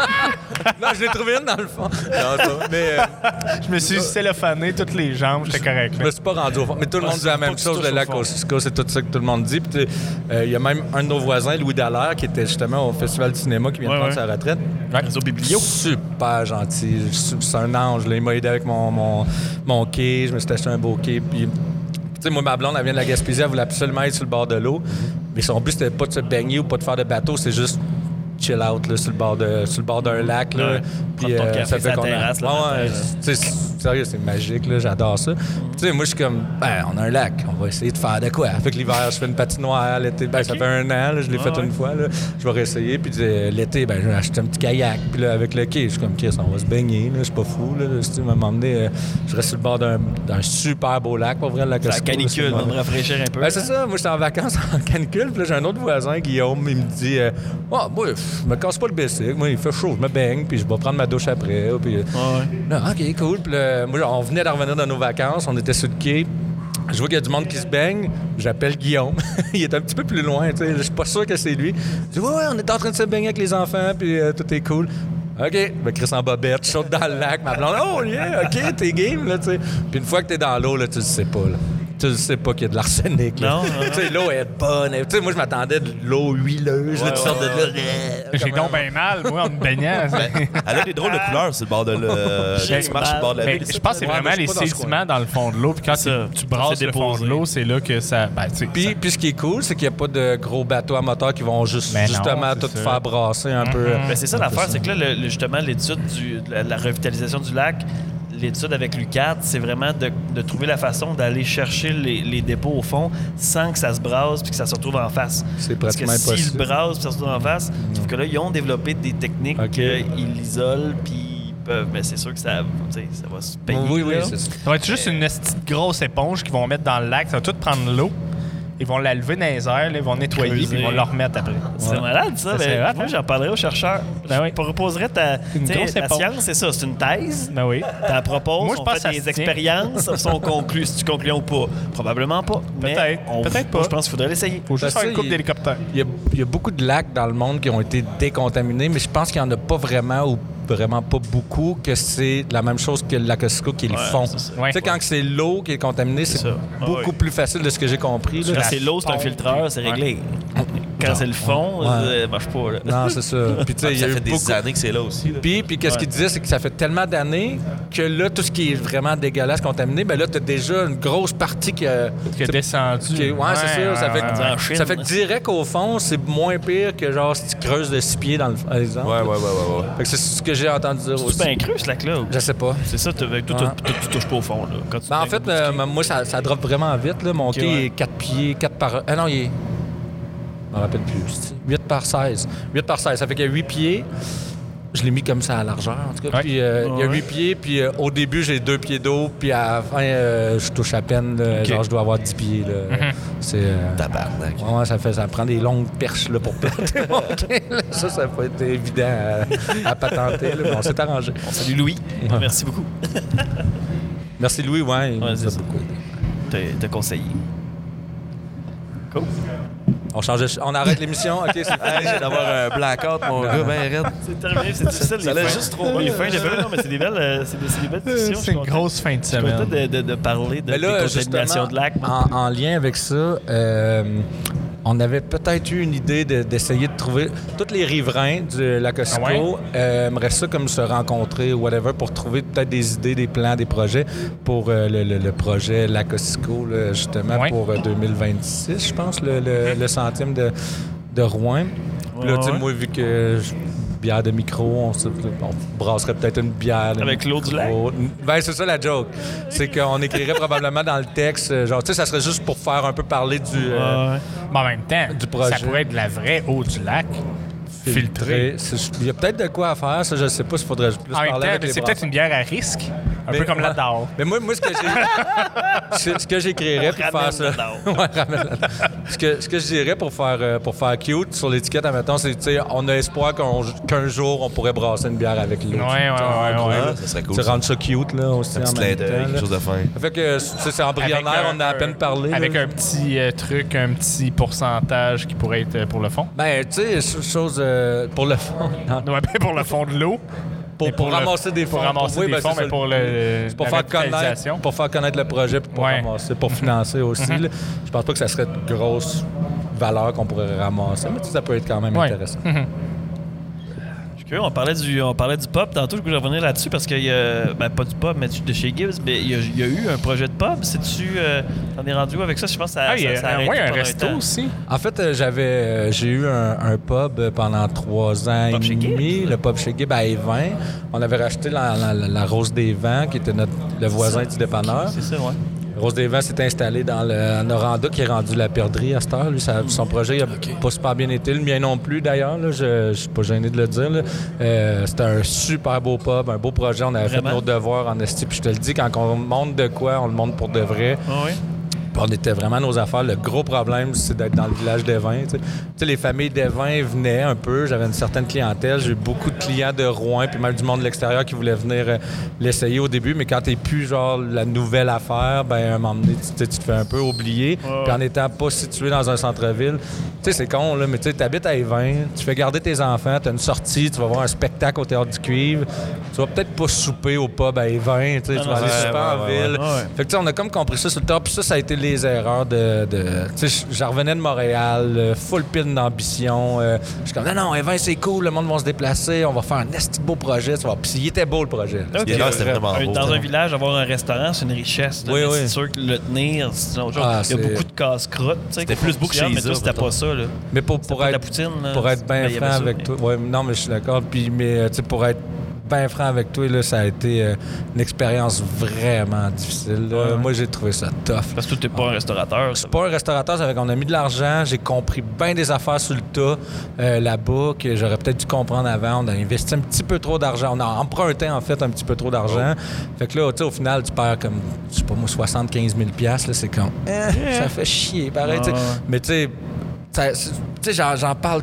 Non, je l'ai trouvé une dans le fond. Non, mais Je me suis cellophané toutes les jambes, j'étais correct. je me suis pas rendu au fond. Mais tout le monde dit la même chose de lac Kosciuszko, c'est tout ça que tout le monde dit. Puis il y a même un de nos voisins, Louis Dallaire, qui était justement au Festival du cinéma, qui vient de prendre sa retraite. Réseau Biblio. Super gentil. C'est un ange. Là. Il m'a aidé avec mon quai. Je me suis acheté un beau quai. Puis, tu sais, moi, ma blonde, elle vient de la Gaspésie. Elle voulait absolument être sur le bord de l'eau. Mais son but, c'était pas de se baigner ou pas de faire de bateau. C'est juste chill out là, sur le bord d'un lac. Là. Ouais. Puis, Prendre ton café ça fait sur la qu'on terrasse, là, sérieux, c'est magique. Là. J'adore ça. Tu sais, moi, je suis comme, on a un lac. On va essayer de faire de quoi? Fait que l'hiver, je fais une patinoire. L'été, ça fait 1 an. Là, je l'ai fait une fois. Là. Je vais réessayer. Puis l'été, je vais acheter un petit kayak. Puis là, avec le quai, je suis comme, Chris, on va se baigner. Je suis pas fou. Là. Tu m'as demandé, je reste sur le bord d'un super beau lac. Pour vrai, le lac La canicule, on va me rafraîchir un peu. C'est ça. Moi, j'étais en vacances en canicule. Puis là, j'ai un autre voisin, Guillaume, il me dit, moi, je me casse pas le bicycle. Moi, il fait chaud. Je me baigne. Puis je vais prendre ma douche après. Puis, là, OK, cool. Puis là, moi, on venait de revenir de nos vacances. On était sur le quai. Je vois qu'il y a du monde qui se baigne. J'appelle Guillaume. Il est un petit peu plus loin. Je suis pas sûr que c'est lui. Je dis, ouais, on est en train de se baigner avec les enfants. Puis tout est cool. OK. Chris en bobette, je saute dans le lac. Ma blonde, oh, yeah, OK, t'es game. Là, t'sais. Puis une fois que t'es dans l'eau, là, tu le sais pas. Là. Tu ne sais pas qu'il y a de l'arsenic. Là. Non. Tu sais, l'eau est bonne. Tu sais, moi, je m'attendais de l'eau huileuse. Là, tu sors de là. J'ai donc bien mal, moi, en me baignant. Elle a des drôles de couleurs sur le bord de la... Tu marches sur le bord de la Mais ville. je pense que c'est vraiment les sédiments dans le fond de l'eau. Puis quand tu brasses le fond de l'eau, c'est là que ça... Puis ce qui est cool, c'est qu'il n'y a pas de gros bateaux à moteur qui vont justement tout faire brasser un peu. Ben, c'est ça l'affaire, c'est que là, justement, l'étude de la revitalisation du lac, l'étude avec l'UQAT, c'est vraiment de trouver la façon d'aller chercher les dépôts au fond sans que ça se brasse puis que ça se retrouve en face. C'est Parce que pratiquement s'ils impossible. brassent puis ça se retrouve en face, sauf que là, ils ont développé des techniques qu'ils isolent puis ils peuvent... Mais c'est sûr que ça va se payer. Oui, là. c'est ça. Ça va être juste une petite grosse éponge qu'ils vont mettre dans le lac. Ça va tout prendre l'eau. Ils vont la lever dans les airs, là, ils vont nettoyer Creuser. puis ils vont la remettre après. C'est malade, ça. Ça, c'est Ben, hot, moi, hein? j'en parlerai aux chercheurs. Ben oui. Je proposerais ta... Une tu sais, grosse la éponge. science, c'est ça. C'est une thèse. Ben oui. Tu la proposes, Moi, je on pense fait que ça des se tient. expériences, sont conclues. Si tu conclues ou pas, probablement pas. Mais Peut-être pas. Je pense qu'il faudrait l'essayer. Faut juste Parce faire une que coupe d'hélicoptère. Il y a beaucoup de lacs dans le monde qui ont été décontaminés, mais je pense qu'il n'y en a pas vraiment ou vraiment pas beaucoup, que c'est la même chose que le lac Kosciuszko qui est le fond. c'est ça. Tu sais, quand c'est l'eau qui est contaminée, c'est ça. beaucoup plus facile de ce que j'ai compris. Là. Quand c'est l'eau, c'est un filtreur, c'est réglé. Quand c'est le fond, ça marche pas. Là. Non, c'est ça. Puis tu sais, il y Ça a fait eu des beaucoup... années que c'est là aussi. Là. Puis qu'est-ce qu'il disait, c'est que ça fait tellement d'années que là, tout ce qui est vraiment dégueulasse, contaminé, ben là, t'as déjà une grosse partie qui a... Qui est descendu. c'est ça. En Chine. Ça fait que direct au fond, c'est moins pire que genre si tu creuses de 6 pieds dans le par exemple. Ouais. Fait que c'est ce que j'ai entendu dire aussi. C'est bien creux, ce lac-là. Je sais pas. C'est ça, tu touches pas au fond. Là, quand tu Ben, en baignes fait, au ski. moi, ça drop vraiment vite. Là. Mon quai ouais. est 4 pieds, 4 par... Ah non, il est... Je me rappelle plus. 8 par 16. 8 par 16. Ça fait qu'il y a 8 pieds. Je l'ai mis comme ça à la largeur, en tout cas. Ouais. Puis il y a 8 pieds. Puis au début, j'ai 2 pieds d'eau. Puis à la fin, je touche à peine. Là, genre, je dois avoir 10 pieds. Là. C'est... Tabarnak. Ouais, ça prend des longues perches là, pour planter mon quai, là. Ça n'a pas été évident à patenter. Là, mais on s'est arrangé. On salue Louis. Merci beaucoup. Merci Louis, ouais. Il Ouais, nous c'est a ça. beaucoup aidé. T'as conseillé. Cool. On arrête l'émission. OK, c'est Hey, j'ai d'avoir un blackout, mon gars, ben raide. C'est terminé, c'est difficile. Ça les allait fins. juste trop Les bien. fins de film, non, mais c'est des belles discussions. C'est une grosse fin de Je suis content semaine. de parler de Mais là, décontamination justement, de lac. en lien avec ça, on avait peut-être eu une idée d'essayer de trouver... Tous les riverains du lac Kosciuszko aimeraient ça comme se rencontrer ou whatever pour trouver peut-être des idées, des plans, des projets pour le projet lac Kosciuszko, là, justement, Ouais. pour 2026, je pense, le centième de Rouen. Puis là, tu sais, Ouais. moi, vu que... bière de micro, on brasserait peut-être une bière de Avec l'eau du lac? Ben, c'est ça la joke. C'est qu'on écrirait probablement dans le texte, genre, tu sais, ça serait juste pour faire un peu parler du Mais en même temps, du projet. ça pourrait être de la vraie eau du lac filtrée. Il y a peut-être de quoi à faire, ça, je sais pas s'il faudrait plus En même parler temps, avec les c'est peut-être une bière à risque. Un peu comme la DAO. Mais moi ce que j'écrirais pour faire ça. Ouais, ramène la DAO. Ce que je dirais pour faire cute sur l'étiquette, admettons, c'est, tu sais, on a espoir qu'un jour, on pourrait brasser une bière avec l'autre. Ouais. Ça serait cool. Tu rendre ça cute, là, aussi, en Petit même clin d'œil, temps. quelque chose de fin. Fait que, c'est embryonnaire, on a à peine parlé. Avec là. un petit truc, un petit pourcentage qui pourrait être pour le fond. Ben, tu sais, chose pour le fond. Non. Ouais, pour le fond de l'eau. Pour ramasser des fonds. Pour ramasser des fonds, c'est mais ça. pour C'est pour la faire connaître le projet puis pour ramasser, pour financer aussi. Là. Je pense pas que ça serait de grosse valeur qu'on pourrait ramasser, mais tu sais, ça peut être quand même intéressant. On parlait du pub tantôt, je voulais revenir là-dessus parce qu'il y a, ben pas du pub, mais de chez Gibbs, mais il y a eu un projet de pub. Sais-tu, t'en es rendu où avec ça? Je pense que ça a arrêté un pendant resto temps. aussi. En fait, j'ai eu un pub pendant 3 ans et demi, le pub chez Gibbs à Évin. On avait racheté la Rose des Vents, qui était le voisin du dépanneur. C'est ça, ouais. Rose des Vents s'est installé dans le Noranda, qui est rendu la perdrix à cette heure. Lui, son projet n'a pas super bien été. Le mien non plus, d'ailleurs. Là, je suis pas gêné de le dire. C'était un super beau pub, un beau projet. On avait Vraiment? fait nos devoirs en esti. Puis je te le dis, quand on monte de quoi, on le monte pour de vrai. Ah oui? Puis on était vraiment à nos affaires. Le gros problème, c'est d'être dans le village d'Évin. Tu sais, les familles d'Évin venaient un peu. J'avais une certaine clientèle. J'ai eu beaucoup de clients de Rouen, puis même du monde de l'extérieur qui voulaient venir l'essayer au début. Mais quand t'es plus genre la nouvelle affaire, ben à un moment donné, tu te fais un peu oublier. Puis en étant pas situé dans un centre-ville, tu sais, c'est con, là, mais tu sais, t'habites à Évin, tu fais garder tes enfants, t'as une sortie, tu vas voir un spectacle au Théâtre du Cuivre. Tu vas peut-être pas souper au pub à Évin, tu sais, tu vas aller souper en ville. Fait que tu sais, on a comme compris ça sur le top. Puis ça a été les erreurs de tu sais, j'en revenais de Montréal, full pin d'ambition. Je suis comme, non, Évin, c'est cool, le monde va se déplacer, on va faire un esti de beau projet. Puis il était beau, le projet. Okay. C'était vraiment beau. Dans un village, avoir un restaurant, c'est une richesse. Oui. C'est sûr que le tenir, c'est autre chose. Il y a beaucoup de casse-croûte. C'était plus beau que chez mais toi, c'était pas ça. Là. Mais pour pas de la être, poutine, pour être bien ben, il y avait franc ça, avec mais- toi, ouais, non, mais je suis d'accord. Puis, mais tu sais, pour être bien franc avec toi, là, ça a été une expérience vraiment difficile. Là. Moi, j'ai trouvé ça tough. Parce que toi, t'es pas un restaurateur. Je suis pas un restaurateur, c'est qu'on a mis de l'argent, j'ai compris bien des affaires sur le tas là-bas que j'aurais peut-être dû comprendre avant. On a investi un petit peu trop d'argent. On a emprunté, en fait, un petit peu trop d'argent. Fait que là, tu sais, au final, tu perds comme, je sais pas moi, 75 000 $. Là, c'est comme, ça fait chier, pareil. tu sais. Mais tu sais, tu sais, j'en parle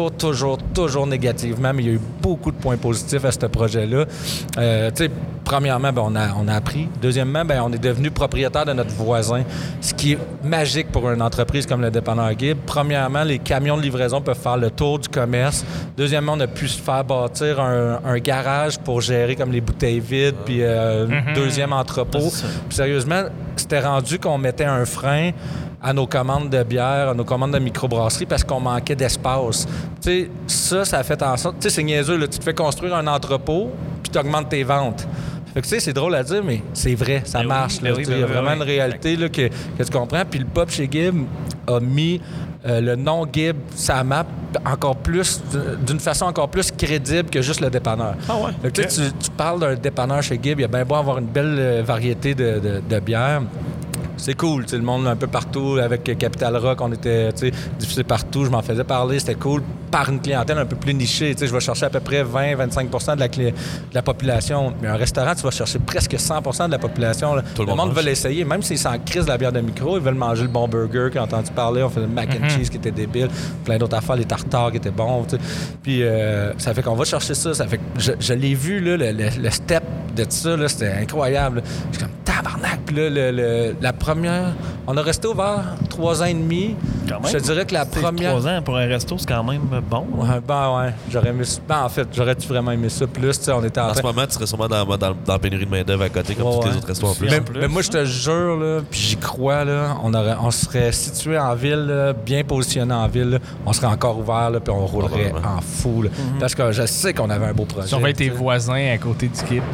toujours négativement, mais il y a eu beaucoup de points positifs à ce projet-là. Tu sais, premièrement, ben, on a appris. Deuxièmement, ben, on est devenu propriétaire de notre voisin, ce qui est magique pour une entreprise comme le dépanneur Gibbs. Premièrement, les camions de livraison peuvent faire le tour du commerce. Deuxièmement, on a pu se faire bâtir un garage pour gérer comme les bouteilles vides, puis deuxième entrepôt. Puis sérieusement, c'était rendu qu'on mettait un frein à nos commandes de bière, à nos commandes de microbrasserie parce qu'on manquait d'espace. Tu sais, ça a fait en sorte... Tu sais, c'est niaiseux, là. Tu te fais construire un entrepôt puis tu augmentes tes ventes. Fait que tu sais, c'est drôle à dire, mais c'est vrai, ça marche. Il y a vraiment une réalité là, que tu comprends. Puis le pub chez Gibbs a mis le nom Gibbs sur la map encore plus, d'une façon encore plus crédible que juste le dépanneur. Ah ouais? Fait que, tu sais, tu parles d'un dépanneur chez Gibbs, il y a bien beau avoir une belle variété de bières. C'est cool, tu sais, le monde un peu partout, avec Capital Rock, on était diffusé partout, je m'en faisais parler, c'était cool, par une clientèle un peu plus nichée. Tu sais, je vais chercher à peu près 20-25% de la population. Mais un restaurant, tu vas chercher presque 100% de la population. Là. Tout le monde veut l'essayer, même s'ils s'en crise de la bière de micro, ils veulent manger le bon burger qui a entendu parler, on faisait le mac and cheese qui était débile, plein d'autres affaires, les tartares qui étaient bons. Tu sais. Puis ça fait qu'on va chercher ça. Ça fait que je l'ai vu, là, le step de ça, là, c'était incroyable. Là. Je suis comme tabarnak. Puis là, la première, on a resté ouvert 3 ans et demi. Quand même. Je te dirais que la première. 3 ans pour un resto, c'est quand même bon. Ouais. J'aurais aimé ça. En fait, j'aurais-tu vraiment aimé ça plus? Tu sais, on était En ce moment, tu serais sûrement dans la pénurie de main-d'œuvre à côté, comme tous les autres restos en plus. Mais moi, je te jure, là, puis j'y crois, là, on serait situé en ville, là, bien positionné en ville, là, on serait encore ouvert, là, puis on roulerait en fou. Là, parce que je sais qu'on avait un beau projet. Surveille tes voisins à côté du Gibbs.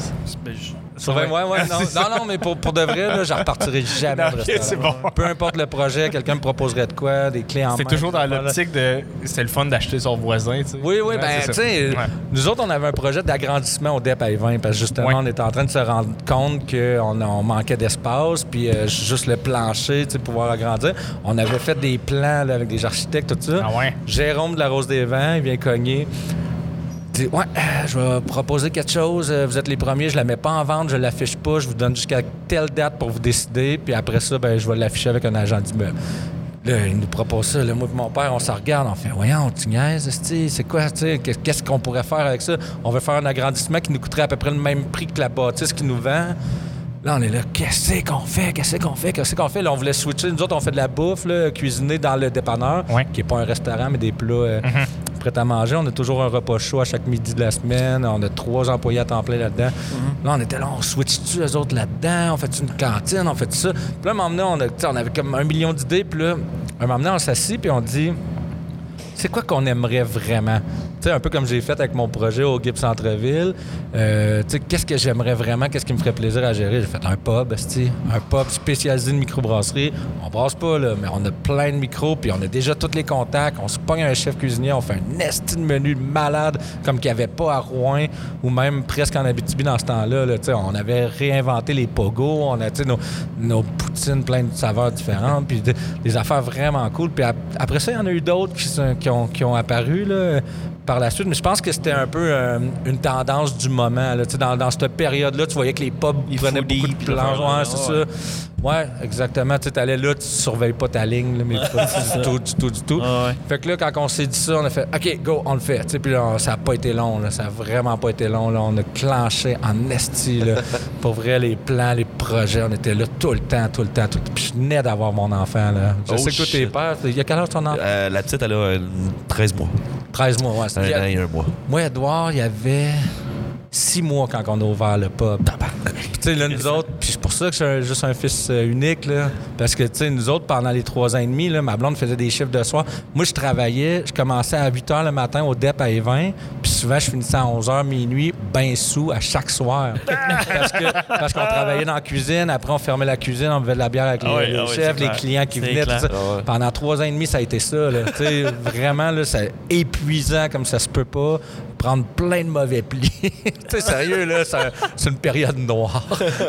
Non, mais pour de vrai, là, je repartirai jamais de restaurant. C'est bon. Peu importe le projet, quelqu'un me proposerait de quoi, des clés en main. C'est toujours dans l'optique de... C'est le fun d'acheter son voisin, tu sais. Oui, Ouais, ben, c'est tu ça. sais, nous autres, on avait un projet d'agrandissement au DEP à Évin, parce que justement, on était en train de se rendre compte qu'on manquait d'espace, puis juste le plancher, tu sais, pouvoir agrandir. On avait fait des plans là, avec des architectes, tout ça. Ah ouais? Jérôme de la Rose des Vents, il vient cogner. dis, ouais, je vais proposer quelque chose, vous êtes les premiers, je la mets pas en vente, je l'affiche pas, je vous donne jusqu'à telle date pour vous décider, puis après ça, ben, je vais l'afficher avec un agent d'immeuble. Là, il nous propose ça. Là, moi et mon père, on se regarde, on fait « Voyons, tu niaises, c'est quoi, tu sais, qu'est-ce qu'on pourrait faire avec ça? On veut faire un agrandissement qui nous coûterait à peu près le même prix que la bâtisse qui nous vend. » Là, on est là, qu'est-ce qu'on fait? Là, on voulait switcher. Nous autres, on fait de la bouffe, là, cuisiner dans le dépanneur, qui n'est pas un restaurant, mais des plats prêts à manger. On a toujours un repas chaud à chaque midi de la semaine. On a 3 employés à temps plein là-dedans. Là, on était là, on switch-tu eux autres là-dedans? On fait une cantine? On fait ça? Puis là, un moment donné, on avait comme 1 million d'idées. Puis là, un moment donné, on s'assit puis on dit... C'est quoi qu'on aimerait vraiment? Tu sais, un peu comme j'ai fait avec mon projet au Gibbs Centre-Ville. Tu sais, qu'est-ce que j'aimerais vraiment? Qu'est-ce qui me ferait plaisir à gérer? J'ai fait un pub, un pub spécialisé de microbrasserie. On brasse pas, là, mais on a plein de micros, puis on a déjà tous les contacts. On se pogne un chef cuisinier, on fait un esti de menu malade, comme qu'il n'y avait pas à Rouen, ou même presque en Abitibi dans ce temps-là. Là, tu sais, on avait réinventé les pogos, on a, tu sais, nos poutines plein de saveurs différentes, puis des affaires vraiment cool. Puis après ça, il y en a eu d'autres qui ont apparu, là, par la suite, mais je pense que c'était un peu une tendance du moment. Là. Dans cette période-là, tu voyais que les pubs prenaient beaucoup de plans. Ouais, c'est ça. Ouais, exactement. Tu allais là, tu surveilles pas ta ligne, là, mais pas du tout. Fait que là, quand on s'est dit ça, on a fait « OK, go, on le fait ». Puis là, ça n'a pas été long. Là. Ça n'a vraiment pas été long. Là. On a clenché en esti. Là. Pour vrai, les plans, les projets, on était là tout le temps. Puis je venais d'avoir mon enfant. Là. Je sais que toi, t'es père. Il y a quel âge ton enfant? La petite, elle a 13 mois. 13 mois, ouais. Un an et 1 mois. Moi, Edouard, il y avait 6 mois quand on a ouvert le pub. Puis, tu sais, là, nous autres, puis c'est pour ça que je suis juste un fils unique, là. Parce que, tu sais, nous autres, pendant les 3 ans et demi, là, ma blonde faisait des chiffres de soir. Moi, je travaillais, je commençais à 8 h le matin au DEP à Évin, puis souvent, je finissais à 11 h minuit, ben sous à chaque soir. parce qu'on travaillait dans la cuisine, après, on fermait la cuisine, on buvait de la bière avec les chefs, les clients qui venaient, tout ça. Pendant 3 ans et demi, ça a été ça, là. Tu sais, vraiment, là, c'est épuisant comme ça se peut pas. Prendre plein de mauvais plis. Tu sais, sérieux, là, c'est une période noire.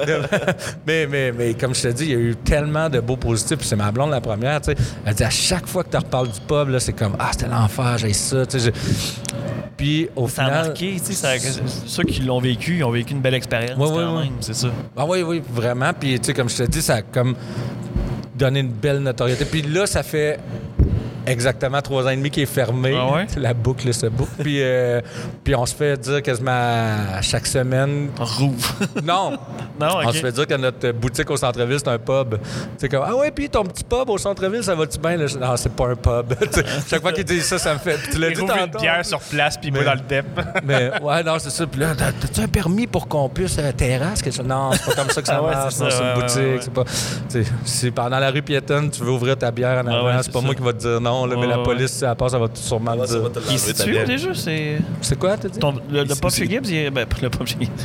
mais comme je te dis, il y a eu tellement de beaux positifs. Puis c'est ma blonde, la première, tu sais. Elle dit à chaque fois que tu reparles du pub, là, c'est comme « Ah, c'était l'enfer, j'ai ça. » Tu sais, puis au final... Ça a marqué, tu sais, ceux qui l'ont vécu, ils ont vécu une belle expérience quand même, c'est ça. Ah oui, vraiment. Puis, tu sais, comme je te dis, ça a comme donné une belle notoriété. Puis là, ça fait... exactement 3 ans et demi qui est fermé. Ah ouais? La boucle se boucle. Puis on se fait dire quasiment à chaque semaine... Rouvre. Non. Non, OK. On se fait dire que notre boutique au centre-ville, c'est un pub. C'est comme, ah ouais, puis ton petit pub au centre-ville, ça va-tu bien? Non, c'est pas un pub. Chaque fois qu'il dit ça me fait... Puis tu l'as dit tantôt. Une bière sur place, puis moi dans le DEP. Mais ouais, non, c'est ça. Puis là, t'as-tu un permis pour qu'on puisse terrasse? Non, c'est pas comme ça que ça marche. C'est une boutique. C'est pas... Si pendant la rue piétonne, tu veux ouvrir ta bière en avant, c'est pas moi qui va te dire non. Là, mais la police, si elle passe, elle va sûrement le dire. Qui se situe déjà? C'est quoi, t'as dit? Le pub chez Gibbs, ben, le pub chez Gibbs.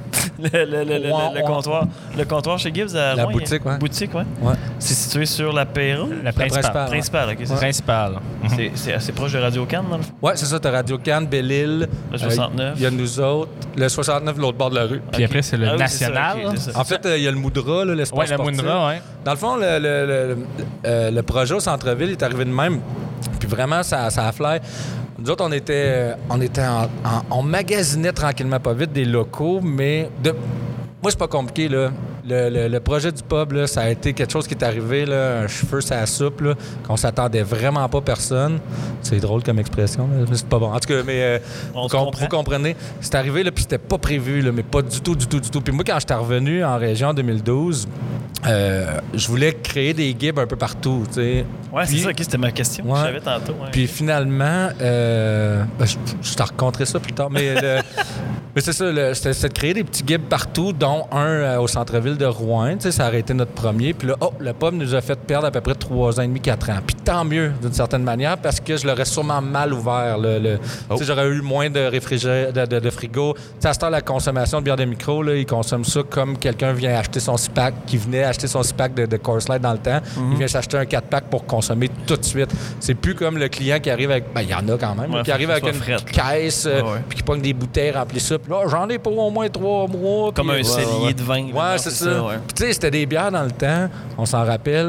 Le comptoir chez Gibbs à la Rouen, boutique, ouais. Boutique, ouais. C'est situé sur la Perron? La principale. Principale, OK, c'est ça. Principale. C'est assez proche de Radio-Can, dans le fond? Ouais, c'est ça. T'as Radio-Can, Belle-Île. Le 69. Il y a nous autres. Le 69, l'autre bord de la rue. Puis après, c'est le National. C'est ça, en fait, il y a le Moudra, là, l'espace sportif. Ouais, le Moudra, ouais. Dans le fond, le projet au centre-ville est arrivé de même. Puis vraiment, ça a flair. Nous autres, on magasinait tranquillement pas vite des locaux, mais moi, c'est pas compliqué, là. Le projet du pub, là, ça a été quelque chose qui est arrivé, là, un cheveu sur la soupe, là, qu'on s'attendait vraiment pas personne. C'est drôle comme expression, là, mais c'est pas bon. En tout cas, mais vous comprenez, c'est arrivé, là, puis c'était pas prévu, là, mais pas du tout. Puis moi, quand j'étais revenu en région en 2012, je voulais créer des gigs un peu partout, tu sais. Ouais, c'est ça, c'était ma question. Ouais. Je savais tantôt. Ouais. Puis finalement, je t'ai raconté ça plus tard, mais c'est ça, c'était de créer des petits gigs partout, dont un au centre-ville de Rouen. Tu sais, ça a été notre premier. Puis là, le pub nous a fait perdre à peu près 3 ans et demi, 4 ans. Puis tant mieux, d'une certaine manière, parce que je l'aurais sûrement mal ouvert. Tu sais, j'aurais eu moins de de frigo. Tu sais, à ce temps, la consommation de bière de micro, là, ils consomment ça comme quelqu'un vient acheter son 6-pack, qui venait acheter son 6-pack de Coors Light dans le temps. Il vient s'acheter un 4-pack pour consommer tout de suite. C'est plus comme le client qui arrive avec... Ben, il y en a quand même, qui arrive avec une caisse, puis qui pogne des bouteilles, remplit ça. Puis là, j'en ai pour au moins 3 mois. Comme un cellier de vin. Ouais, c'est ça. Puis tu sais, c'était des bières dans le temps, on s'en rappelle.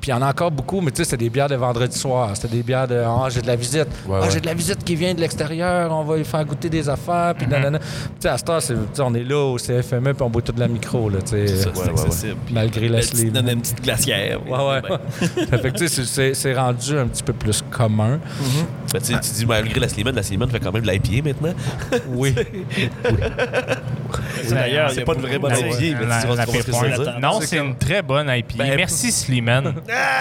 Puis il y en a encore beaucoup, mais tu sais, c'était des bières de vendredi soir. C'était des bières de « j'ai de la visite. J'ai de la visite qui vient de l'extérieur. On va lui faire goûter des affaires. » Puis nanana. Tu sais, à cette heure, on est là au CFME puis on boit tout de la micro, là, tu sais. C'est accessible. Malgré la sleeve. Donne une petite glacière. Ouais. Ça fait que tu sais, c'est rendu un petit peu plus commun. Ben, tu dis malgré la Slimane fait quand même de l'IPA maintenant. Oui. D'ailleurs, C'est pas une vraie bonne IPA, mais tu la vois ce que ça veut dire. Non, c'est une très bonne IPA. Ben, Merci, Slimane.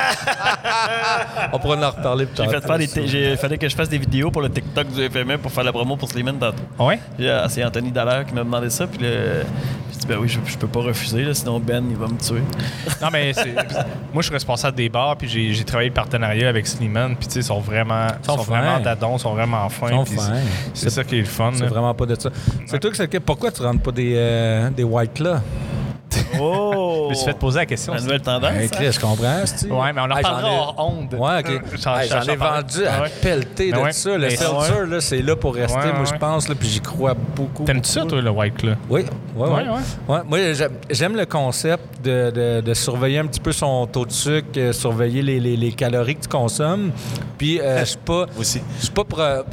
On pourra en reparler plus tard. Il fallait que je fasse des vidéos pour le TikTok du FME pour faire la promo pour Slimane tantôt. Ouais? Puis, c'est Anthony Dallaire qui m'a demandé ça. Puis j'ai dit, ben oui, je peux pas refuser, là, sinon Ben, il va me tuer. Non, mais moi, je suis responsable des bars, puis j'ai travaillé le partenariat avec Slimane, puis tu sais, ils sont vraiment dadons, sont vraiment fins. C'est ça qui est le fun. C'est vraiment pas de ça. C'est toi que c'est pourquoi tu rentres pas des White là? Oh! Je me suis fait poser la question. La nouvelle tendance. Hey, Chris, je comprends, c'est-tu? Ouais, mais on en reparlera hors onde. Ouais, OK. J'en ai vendu à pelleter de ça. Le seltzer, là, c'est là pour rester, moi, je pense, là, puis j'y crois beaucoup. T'aimes-tu ça, toi, le White Claw? Oui. Moi, j'aime le concept de surveiller un petit peu son taux de sucre, surveiller les calories que tu consommes. Puis, je suis pas... Aussi. Je suis pas... Toi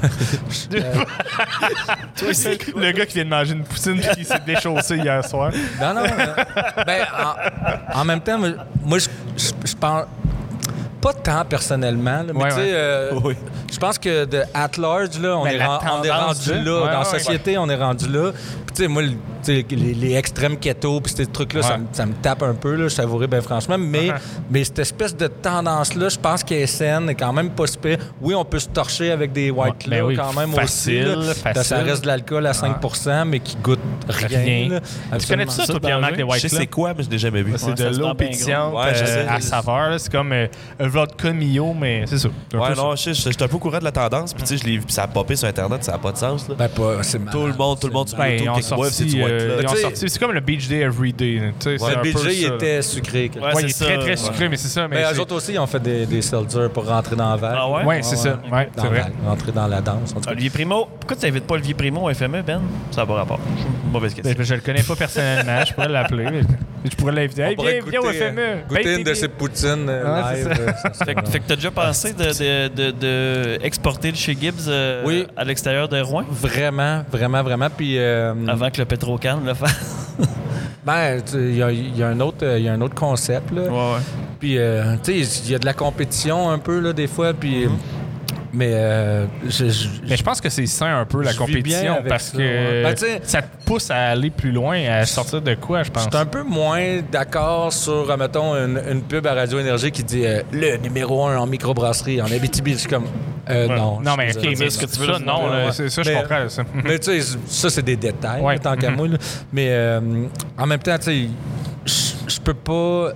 aussi. Le gars qui vient de manger une poutine et qui s'est déchaussé hier soir. Non. Ben, en même temps, moi, je pense... Pas tant personnellement, là, mais tu sais, je pense que de at large, là, on est rendu là. Dans la société, on est rendu là. Puis tu sais, moi, les extrêmes keto, puis ces trucs-là, ça me tape un peu, là, je savourais bien franchement. Mais cette espèce de tendance-là, je pense qu'elle est saine, est quand même pas si pire. Oui, on peut se torcher avec des White Claw quand même facile, aussi. Facile. Ça reste de l'alcool à 5 mais qui goûte rien. Tu connais ça, toi, Pierre-Marc, des White Claw? Je sais c'est quoi, mais je l'ai jamais vu. C'est de l'eau pétillante à saveur. C'est comme un vodka Mio, mais c'est ça. Ouais, non, je suis un peu au courant de la tendance. Puis tu sais, je l'ai vu, puis ça a popé sur Internet, ça n'a pas de sens. Là. Ben, c'est malade. Tout le monde sur ils ont c'est du White Claw. C'est comme le Beach Day Everyday. Le Beach Day, il était sucré. Ouais, il est très, très sucré, mais c'est ça. Mais eux autres aussi, ils ont fait des seltzers pour rentrer dans la vague. Ah ouais? Ouais, c'est ça. Ouais, c'est vrai. Rentrer dans la danse. Olivier Primo. Pourquoi tu n'invites pas Olivier Primo au FME, Ben? Ça n'a pas rapport. Mauvaise question. Je le connais pas personnellement. Je pourrais l'appeler. Je pourrais l'inviter. Hey, viens au FME. Goûter une de ses poutines live. Fait que t'as déjà pensé de exporter le chez Gibbs à l'extérieur de Rouen? Vraiment. Puis, avant que le Petrocan le fasse. Ben, il y a un autre concept, là. Ouais. Puis, tu sais, il y a de la compétition un peu, là, des fois, puis... Mais je pense que c'est sain un peu la compétition parce que ça te pousse à aller plus loin, à sortir de quoi, je pense. Je suis un peu moins d'accord sur, mettons, une pub à Radio Énergie qui dit le numéro 1 en microbrasserie en Abitibi. Je suis comme non. Non, mais OK, mais ce que tu veux, non, c'est ça, je comprends ça. Mais tu sais, ça, c'est des détails, tant qu'à moi. Là. Mais en même temps, tu sais, je peux pas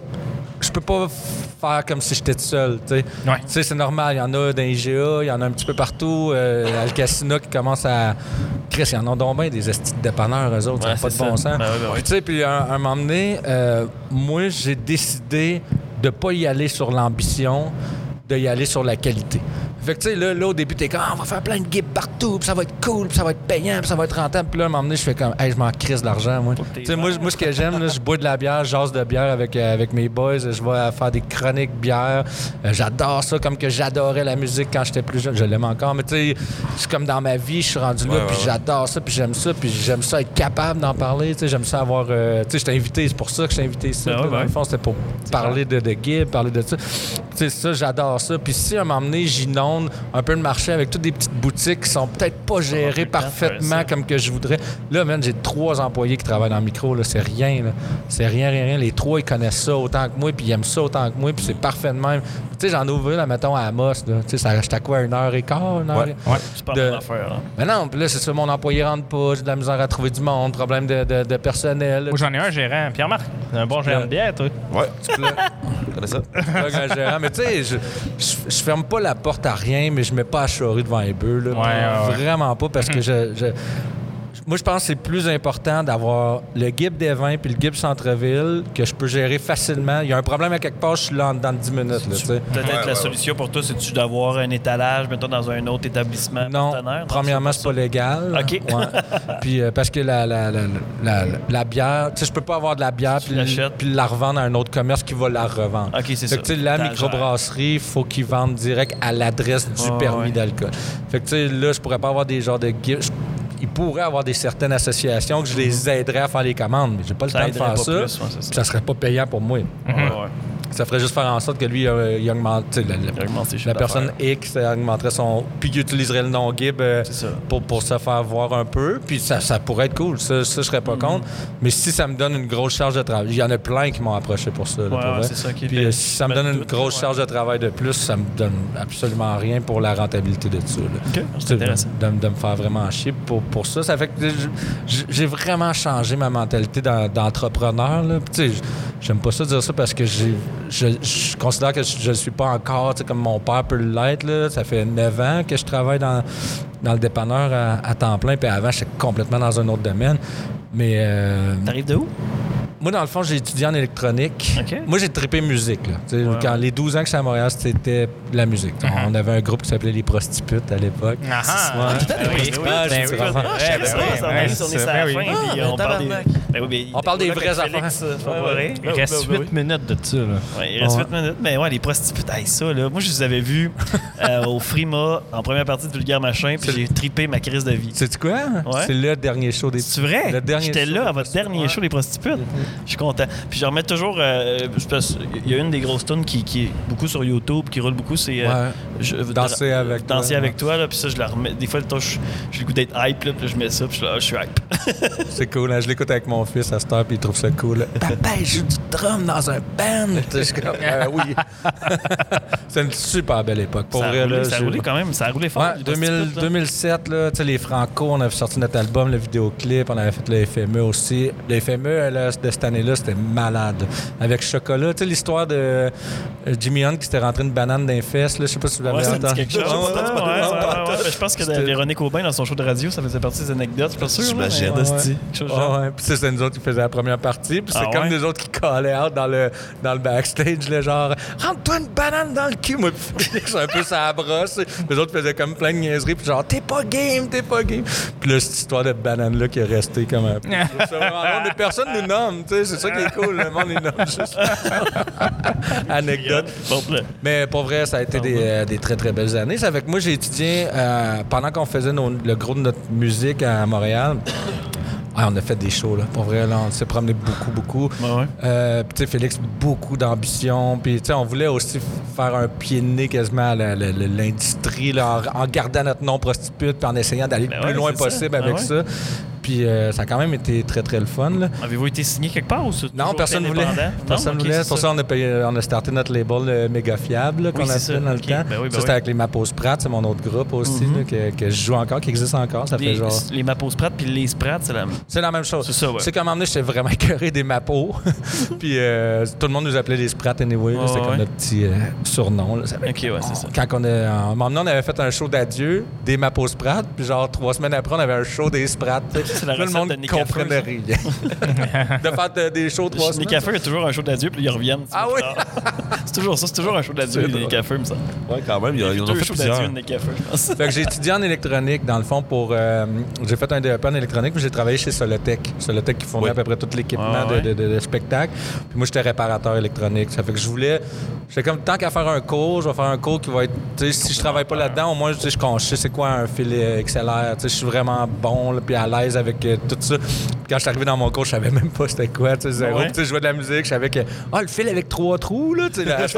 faire comme si j'étais tout seul, tu sais. Ouais. Tu sais, c'est normal, il y en a dans IGA, il y en a un petit peu partout. Alcacina qui commence à... Chris, il y en a donc bien des estis de dépanneurs, eux autres, ça n'a pas de bon sens. Puis tu sais, puis un moment donné, moi, j'ai décidé de pas y aller sur l'ambition, de y aller sur la qualité. Fait que, tu sais, là, au début, t'es comme, on va faire plein de gigs partout, puis ça va être cool, puis ça va être payant, puis ça va être rentable. Puis là, à un moment donné, je fais comme, hey, je m'en crisse de l'argent, moi. Tu sais, moi, ce que j'aime, là, je bois de la bière, je jase de bière avec mes boys, je vais faire des chroniques bière. J'adore ça, comme que j'adorais la musique quand j'étais plus jeune. Je l'aime encore, mais tu sais, c'est comme dans ma vie, je suis rendu là, puis j'adore ça, puis j'aime ça être capable d'en parler, tu sais, j'aime ça avoir... tu sais, je t'ai invité, c'est pour ça que je t'ai invité ici. Dans le fond, c'était pour parler de Gibb, parler de ça. Tu sais, ça, j'adore ça. Puis si à un moment donné, j'inonde un peu le marché avec toutes des petites boutiques qui sont peut-être pas gérées parfaitement comme que je voudrais. Là, man, j'ai 3 employés qui travaillent dans le micro. Là. C'est rien. Là. C'est rien. Les 3, ils connaissent ça autant que moi, puis ils aiment ça autant que moi, puis c'est parfait de même. Tu sais, j'en ai ouvert, là, mettons, à Amos. Tu sais, ça restait à quoi, 1h15? C'est pas mon affaire. Hein. Mais non, puis là, c'est ça, mon employé rentre pas, j'ai de la misère à trouver du monde, problème de personnel. Moi, j'en ai un gérant. Pierre-Marc, un bon gérant de bière, toi. Ouais, tu connais ça. Un gérant. Mais tu sais, je ferme pas la porte à rien, mais je mets pas à charrer devant les bœufs. Là. Vraiment pas, parce que Moi, je pense que c'est plus important d'avoir le GIB des vins puis le GIB centre-ville que je peux gérer facilement. Il y a un problème à quelque part, je suis là dans 10 minutes. Là, Peut-être la solution pour toi, c'est d'avoir un étalage, mettons, dans un autre établissement non, partenaire? premièrement, c'est pas légal. OK. Ouais. Puis parce que la bière, tu sais, je peux pas avoir de la bière puis la revendre à un autre commerce qui va la revendre. OK, c'est fait ça. que, tu sais, la microbrasserie, il faut qu'ils vendent direct à l'adresse du permis d'alcool. Fait que, tu sais, là, je pourrais pas avoir des genres de gifts. Il pourrait avoir des certaines associations que je les aiderais à faire les commandes, mais j'ai pas le temps de faire ça. Ça serait pas payant pour moi. Ça ferait juste faire en sorte que lui, il augmente, la personne X augmenterait son... Puis il utiliserait le nom GIB pour se faire voir un peu. Puis ça pourrait être cool. Ça je serais pas contre. Mais si ça me donne une grosse charge de travail... Il y en a plein qui m'ont approché pour ça. C'est ça qui puis si ça me donne une grosse charge de travail de plus, ça me donne absolument rien pour la rentabilité de ça. OK, c'est intéressant. De me faire vraiment chier pour ça. Ça fait que j'ai vraiment changé ma mentalité d'entrepreneur. Tu sais, j'aime pas ça dire ça parce que je considère que je ne suis pas encore comme mon père peut l'être. Là. Ça fait 9 ans que je travaille dans le dépanneur à temps plein. Puis avant, j'étais complètement dans un autre domaine. Mais t'arrives de où? Moi, dans le fond, j'ai étudié en électronique. Okay. Moi, j'ai trippé musique. Là. Quand les 12 ans que j'étais à Montréal, c'était la musique. On avait un groupe qui s'appelait Les Prostitutes à l'époque. On parle des vraies affaires. Il reste 8 minutes de ça. Il reste 8 minutes. Mais ouais, les prostitutes, ça, là. Moi, je les avais vus au Frima en première partie de Vulgaire Machin, puis j'ai trippé ma crise de vie. Sais-tu quoi? Ouais. C'est le dernier show des C'est vrai? J'étais là à votre dernier show des prostitutes. Je suis content. Puis je remets toujours... il y a une des grosses tunes qui est beaucoup sur YouTube, qui roule beaucoup, c'est... Danser avec toi. Danser avec toi, là. Puis ça, je la remets... Des fois, j'ai le goût d'être hype, là, puis je mets ça, puis je suis hype. C'est cool, hein? Je l'écoute avec mon fils à cette heure, puis il trouve ça cool. Papa, il joue du drum dans un band. Je suis comme, oui. C'est une super belle époque. Pour vrai, ça a roulé quand même. Ça a roulé fort. Ouais, 2007, là, les Franco, on avait sorti notre album, le vidéoclip, on avait fait le FME aussi. Le FME, là, de cette année-là, c'était malade. Avec Chocolat. Tu sais, l'histoire de Jimmy Hunt qui s'était rentré une banane d'un fesse, là, je sais pas si vous l'avez entendu. Quelque chose. Je pense que Véronique Aubin, dans son show de radio, ça faisait partie des anecdotes. Je suis pas sûr. J'imagine, Puis c'est nous autres qui faisaient la première partie, puis c'est comme des autres qui callaient out dans le backstage, là, genre « Rentre-toi une banane dans le cul! » Moi, Félix, un peu ça brosse. Les autres faisaient comme plein de niaiseries, puis genre « T'es pas game! » Puis là, cette histoire de banane-là qui est restée comme un peu... Personne nous nomme, tu sais, c'est ça qui est cool, le monde nous nomme juste. Anecdote. Mais pour vrai, ça a été des très, très belles années. Ça fait que moi, j'ai étudié, pendant qu'on faisait le gros de notre musique à Montréal, on a fait des shows, là. Pour vrai, là, on s'est promené beaucoup. Puis, tu sais, Félix, beaucoup d'ambition. Puis, tu sais, on voulait aussi faire un pied de nez quasiment à l'industrie, là, en gardant notre nom prostitute, puis en essayant d'aller le plus loin possible avec ça. Puis ça a quand même été très, très le fun. Là. Avez-vous été signé quelque part ou c'est non, personne ne voulait. Personne ne voulait. C'est pour ça qu'on a starté notre label Méga Fiable là, qu'on a fait dans le temps. Ça, c'était avec les Mapos Pratt, c'est mon autre groupe aussi là, que je joue encore, qui existe encore. Ça fait genre... Les Mapos Pratt puis les Spratt, c'est la même chose. C'est ça, ouais. C'est qu'à un moment donné, j'étais vraiment écœuré des Mapos. Puis tout le monde nous appelait les Spratt anyway. C'était comme notre petit surnom. Là. C'est ça. Quand à un moment donné, on avait fait un show d'adieu des Mapos Pratt. Puis genre 3 semaines après, on avait un show des Spratt. C'est la le monde ne comprenait rien. De faire des shows 3 semaines. Les cafés, il y a toujours un show d'adieu, puis ils reviennent. Ah oui? C'est toujours ça, c'est toujours un show d'adieu, les cafés, il me semble. Ouais, quand même, ils en ont fait plusieurs. Fait que j'ai étudié en électronique, dans le fond, j'ai fait un DEP en électronique, puis j'ai travaillé chez Solotech. Solotech qui fournit à peu près tout l'équipement de spectacle. Puis moi, j'étais réparateur électronique. Ça fait que j'étais comme, tant qu'à faire un cours, je vais faire un cours qui va être, tu sais, si je travaille pas là-dedans, au moins, je sais c'est quoi un fil XLR. Tu sais, je suis vraiment bon, là, puis à l'aise avec tout ça. Puis quand je suis arrivé dans mon cours, je savais même pas c'était quoi, tu sais, zéro. Tu sais, je jouais de la musique, je savais que, le fil avec 3 trous, là, tu sais, là,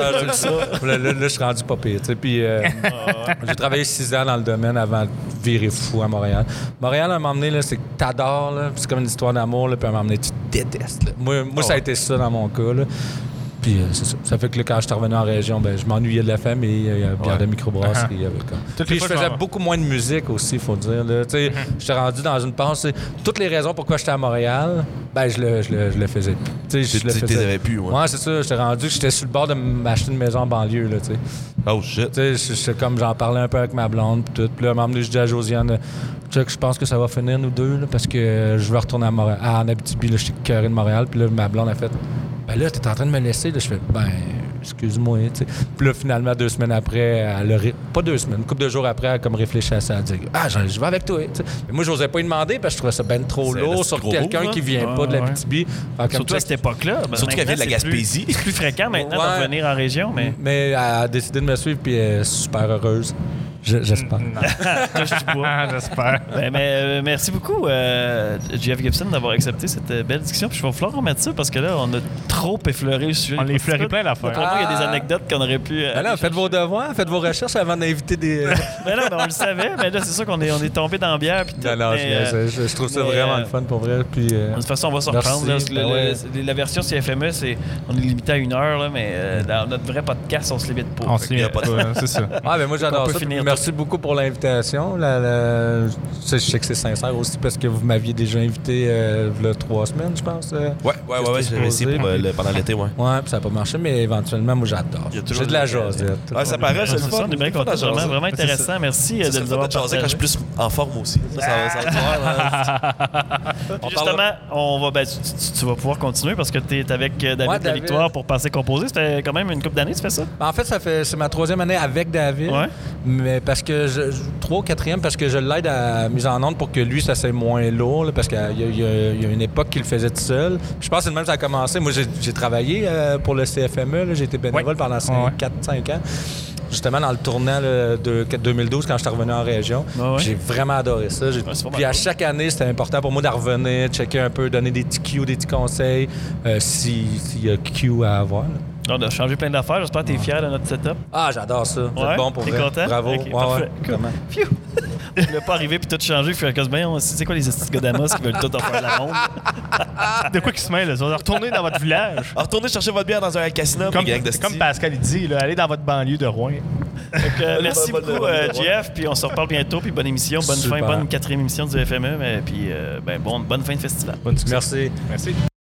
je suis rendu pas pire, tu sais. Puis j'ai travaillé 6 ans dans le domaine avant de virer fou à Montréal. Montréal, à un moment donné, là, c'est que t'adores, là, c'est comme une histoire d'amour, là, puis à un moment donné, tu détestes, là. Moi, ça a été ça dans mon cas, là. Puis c'est ça. Ça fait que là, quand je suis revenu en région, je m'ennuyais de la famille, puis à la microbrasserie. Puis je faisais beaucoup moins de musique aussi, il faut dire. J'étais rendu dans une passe. Toutes les raisons pourquoi j'étais à Montréal, je le faisais. Tu les avais plus, ouais. Ouais, c'est ça. J'étais sur le bord de m'acheter une maison en banlieue, là, tu sais. Oh shit. C'est comme j'en parlais un peu avec ma blonde, puis tout. Puis là, à un moment donné, je dis à Josiane, je pense que ça va finir, nous deux, là, parce que je veux retourner en Abitibi, là, je suis carré de Montréal. Puis là, ma blonde a fait, là, t'es en train de me laisser. Là, je fais, excuse-moi, tu sais. Puis là, finalement, 2 semaines après, pas 2 semaines, une couple de jours après, elle a comme réfléchi à ça, elle a dit, je vais avec toi, tu sais. Mais moi, j'osais pas lui demander parce que je trouvais ça ben trop lourd sur quelqu'un qui vient pas de l'Abitibi. Surtout à cette époque-là. Surtout qu'elle vient de la Gaspésie. C'est plus fréquent maintenant de revenir en région, mais... Mais elle a décidé de me suivre, puis elle est super heureuse. J'espère. J'espère. Mais merci beaucoup, Jeff Gibson, d'avoir accepté cette belle discussion. Puis je vais falloir remettre ça parce que là, on a trop effleuré le sujet. On a effleuré plein d'affaires. Pour moi, il y a des anecdotes qu'on aurait pu. Faites vos devoirs, faites vos recherches avant d'inviter des. Mais non, on le savait. Mais là, c'est sûr qu'on est tombé dans la bière. Puis je trouve ça vraiment le fun pour vrai. Puis, de toute façon, on va se reprendre. La version CFME, on est limité à 1 heure, là, mais dans notre vrai podcast, on se limite pas. On se limite pas, c'est ça. Mais moi, j'adore ça. Merci beaucoup pour l'invitation. Je sais que c'est sincère aussi parce que vous m'aviez déjà invité il y a 3 semaines, je pense. Ouais, j'avais essayé pendant l'été, ouais. Ouais, puis ça n'a pas marché, mais éventuellement, moi, j'adore. J'ai de la jasette. Ça paraît, c'est ça. On est bien contents. Vraiment intéressant. Merci de nous avoir partagé. Quand je suis plus en forme aussi. Justement, tu vas pouvoir continuer parce que tu es avec David La Victoire pour passer composer. C'était quand même une couple d'années, tu fais ça? En fait, c'est ma 3e année avec David. Ouais. Mais parce que 3 ou 4e, parce que je l'aide à la mise en onde pour que lui, ça soit moins lourd, là, parce qu'il y a une époque qu'il le faisait tout seul. Je pense que c'est le même que ça a commencé. Moi, j'ai travaillé pour le CFME. Là, j'ai été bénévole pendant 4-5 ans. Justement, dans le tournant de 2012, quand je suis revenu en région. J'ai vraiment adoré ça. Puis à chaque année, c'était important pour moi de revenir, checker un peu, donner des petits cues, des petits conseils, s'il y a Q à avoir. Là. On a changé plein d'affaires. J'espère que tu es fier de notre setup. J'adore ça. C'est bon pour vrai. T'es content? Bravo. Okay, parfait. Comment? On ne pas arriver puis tout changer. C'est quoi les petits gars d'Amos qui veulent tout en faire la ronde? De quoi qu'ils se mêlent? Ils vont retourner dans votre village. Retournez chercher votre bière dans un casino. Comme Pascal il dit, allez dans votre banlieue de Rouen. Merci beaucoup, Jeff. Puis on se reparle bientôt. Puis bonne émission. Bonne fin. Bonne 4e émission du FME. Puis bonne fin de festival. Merci.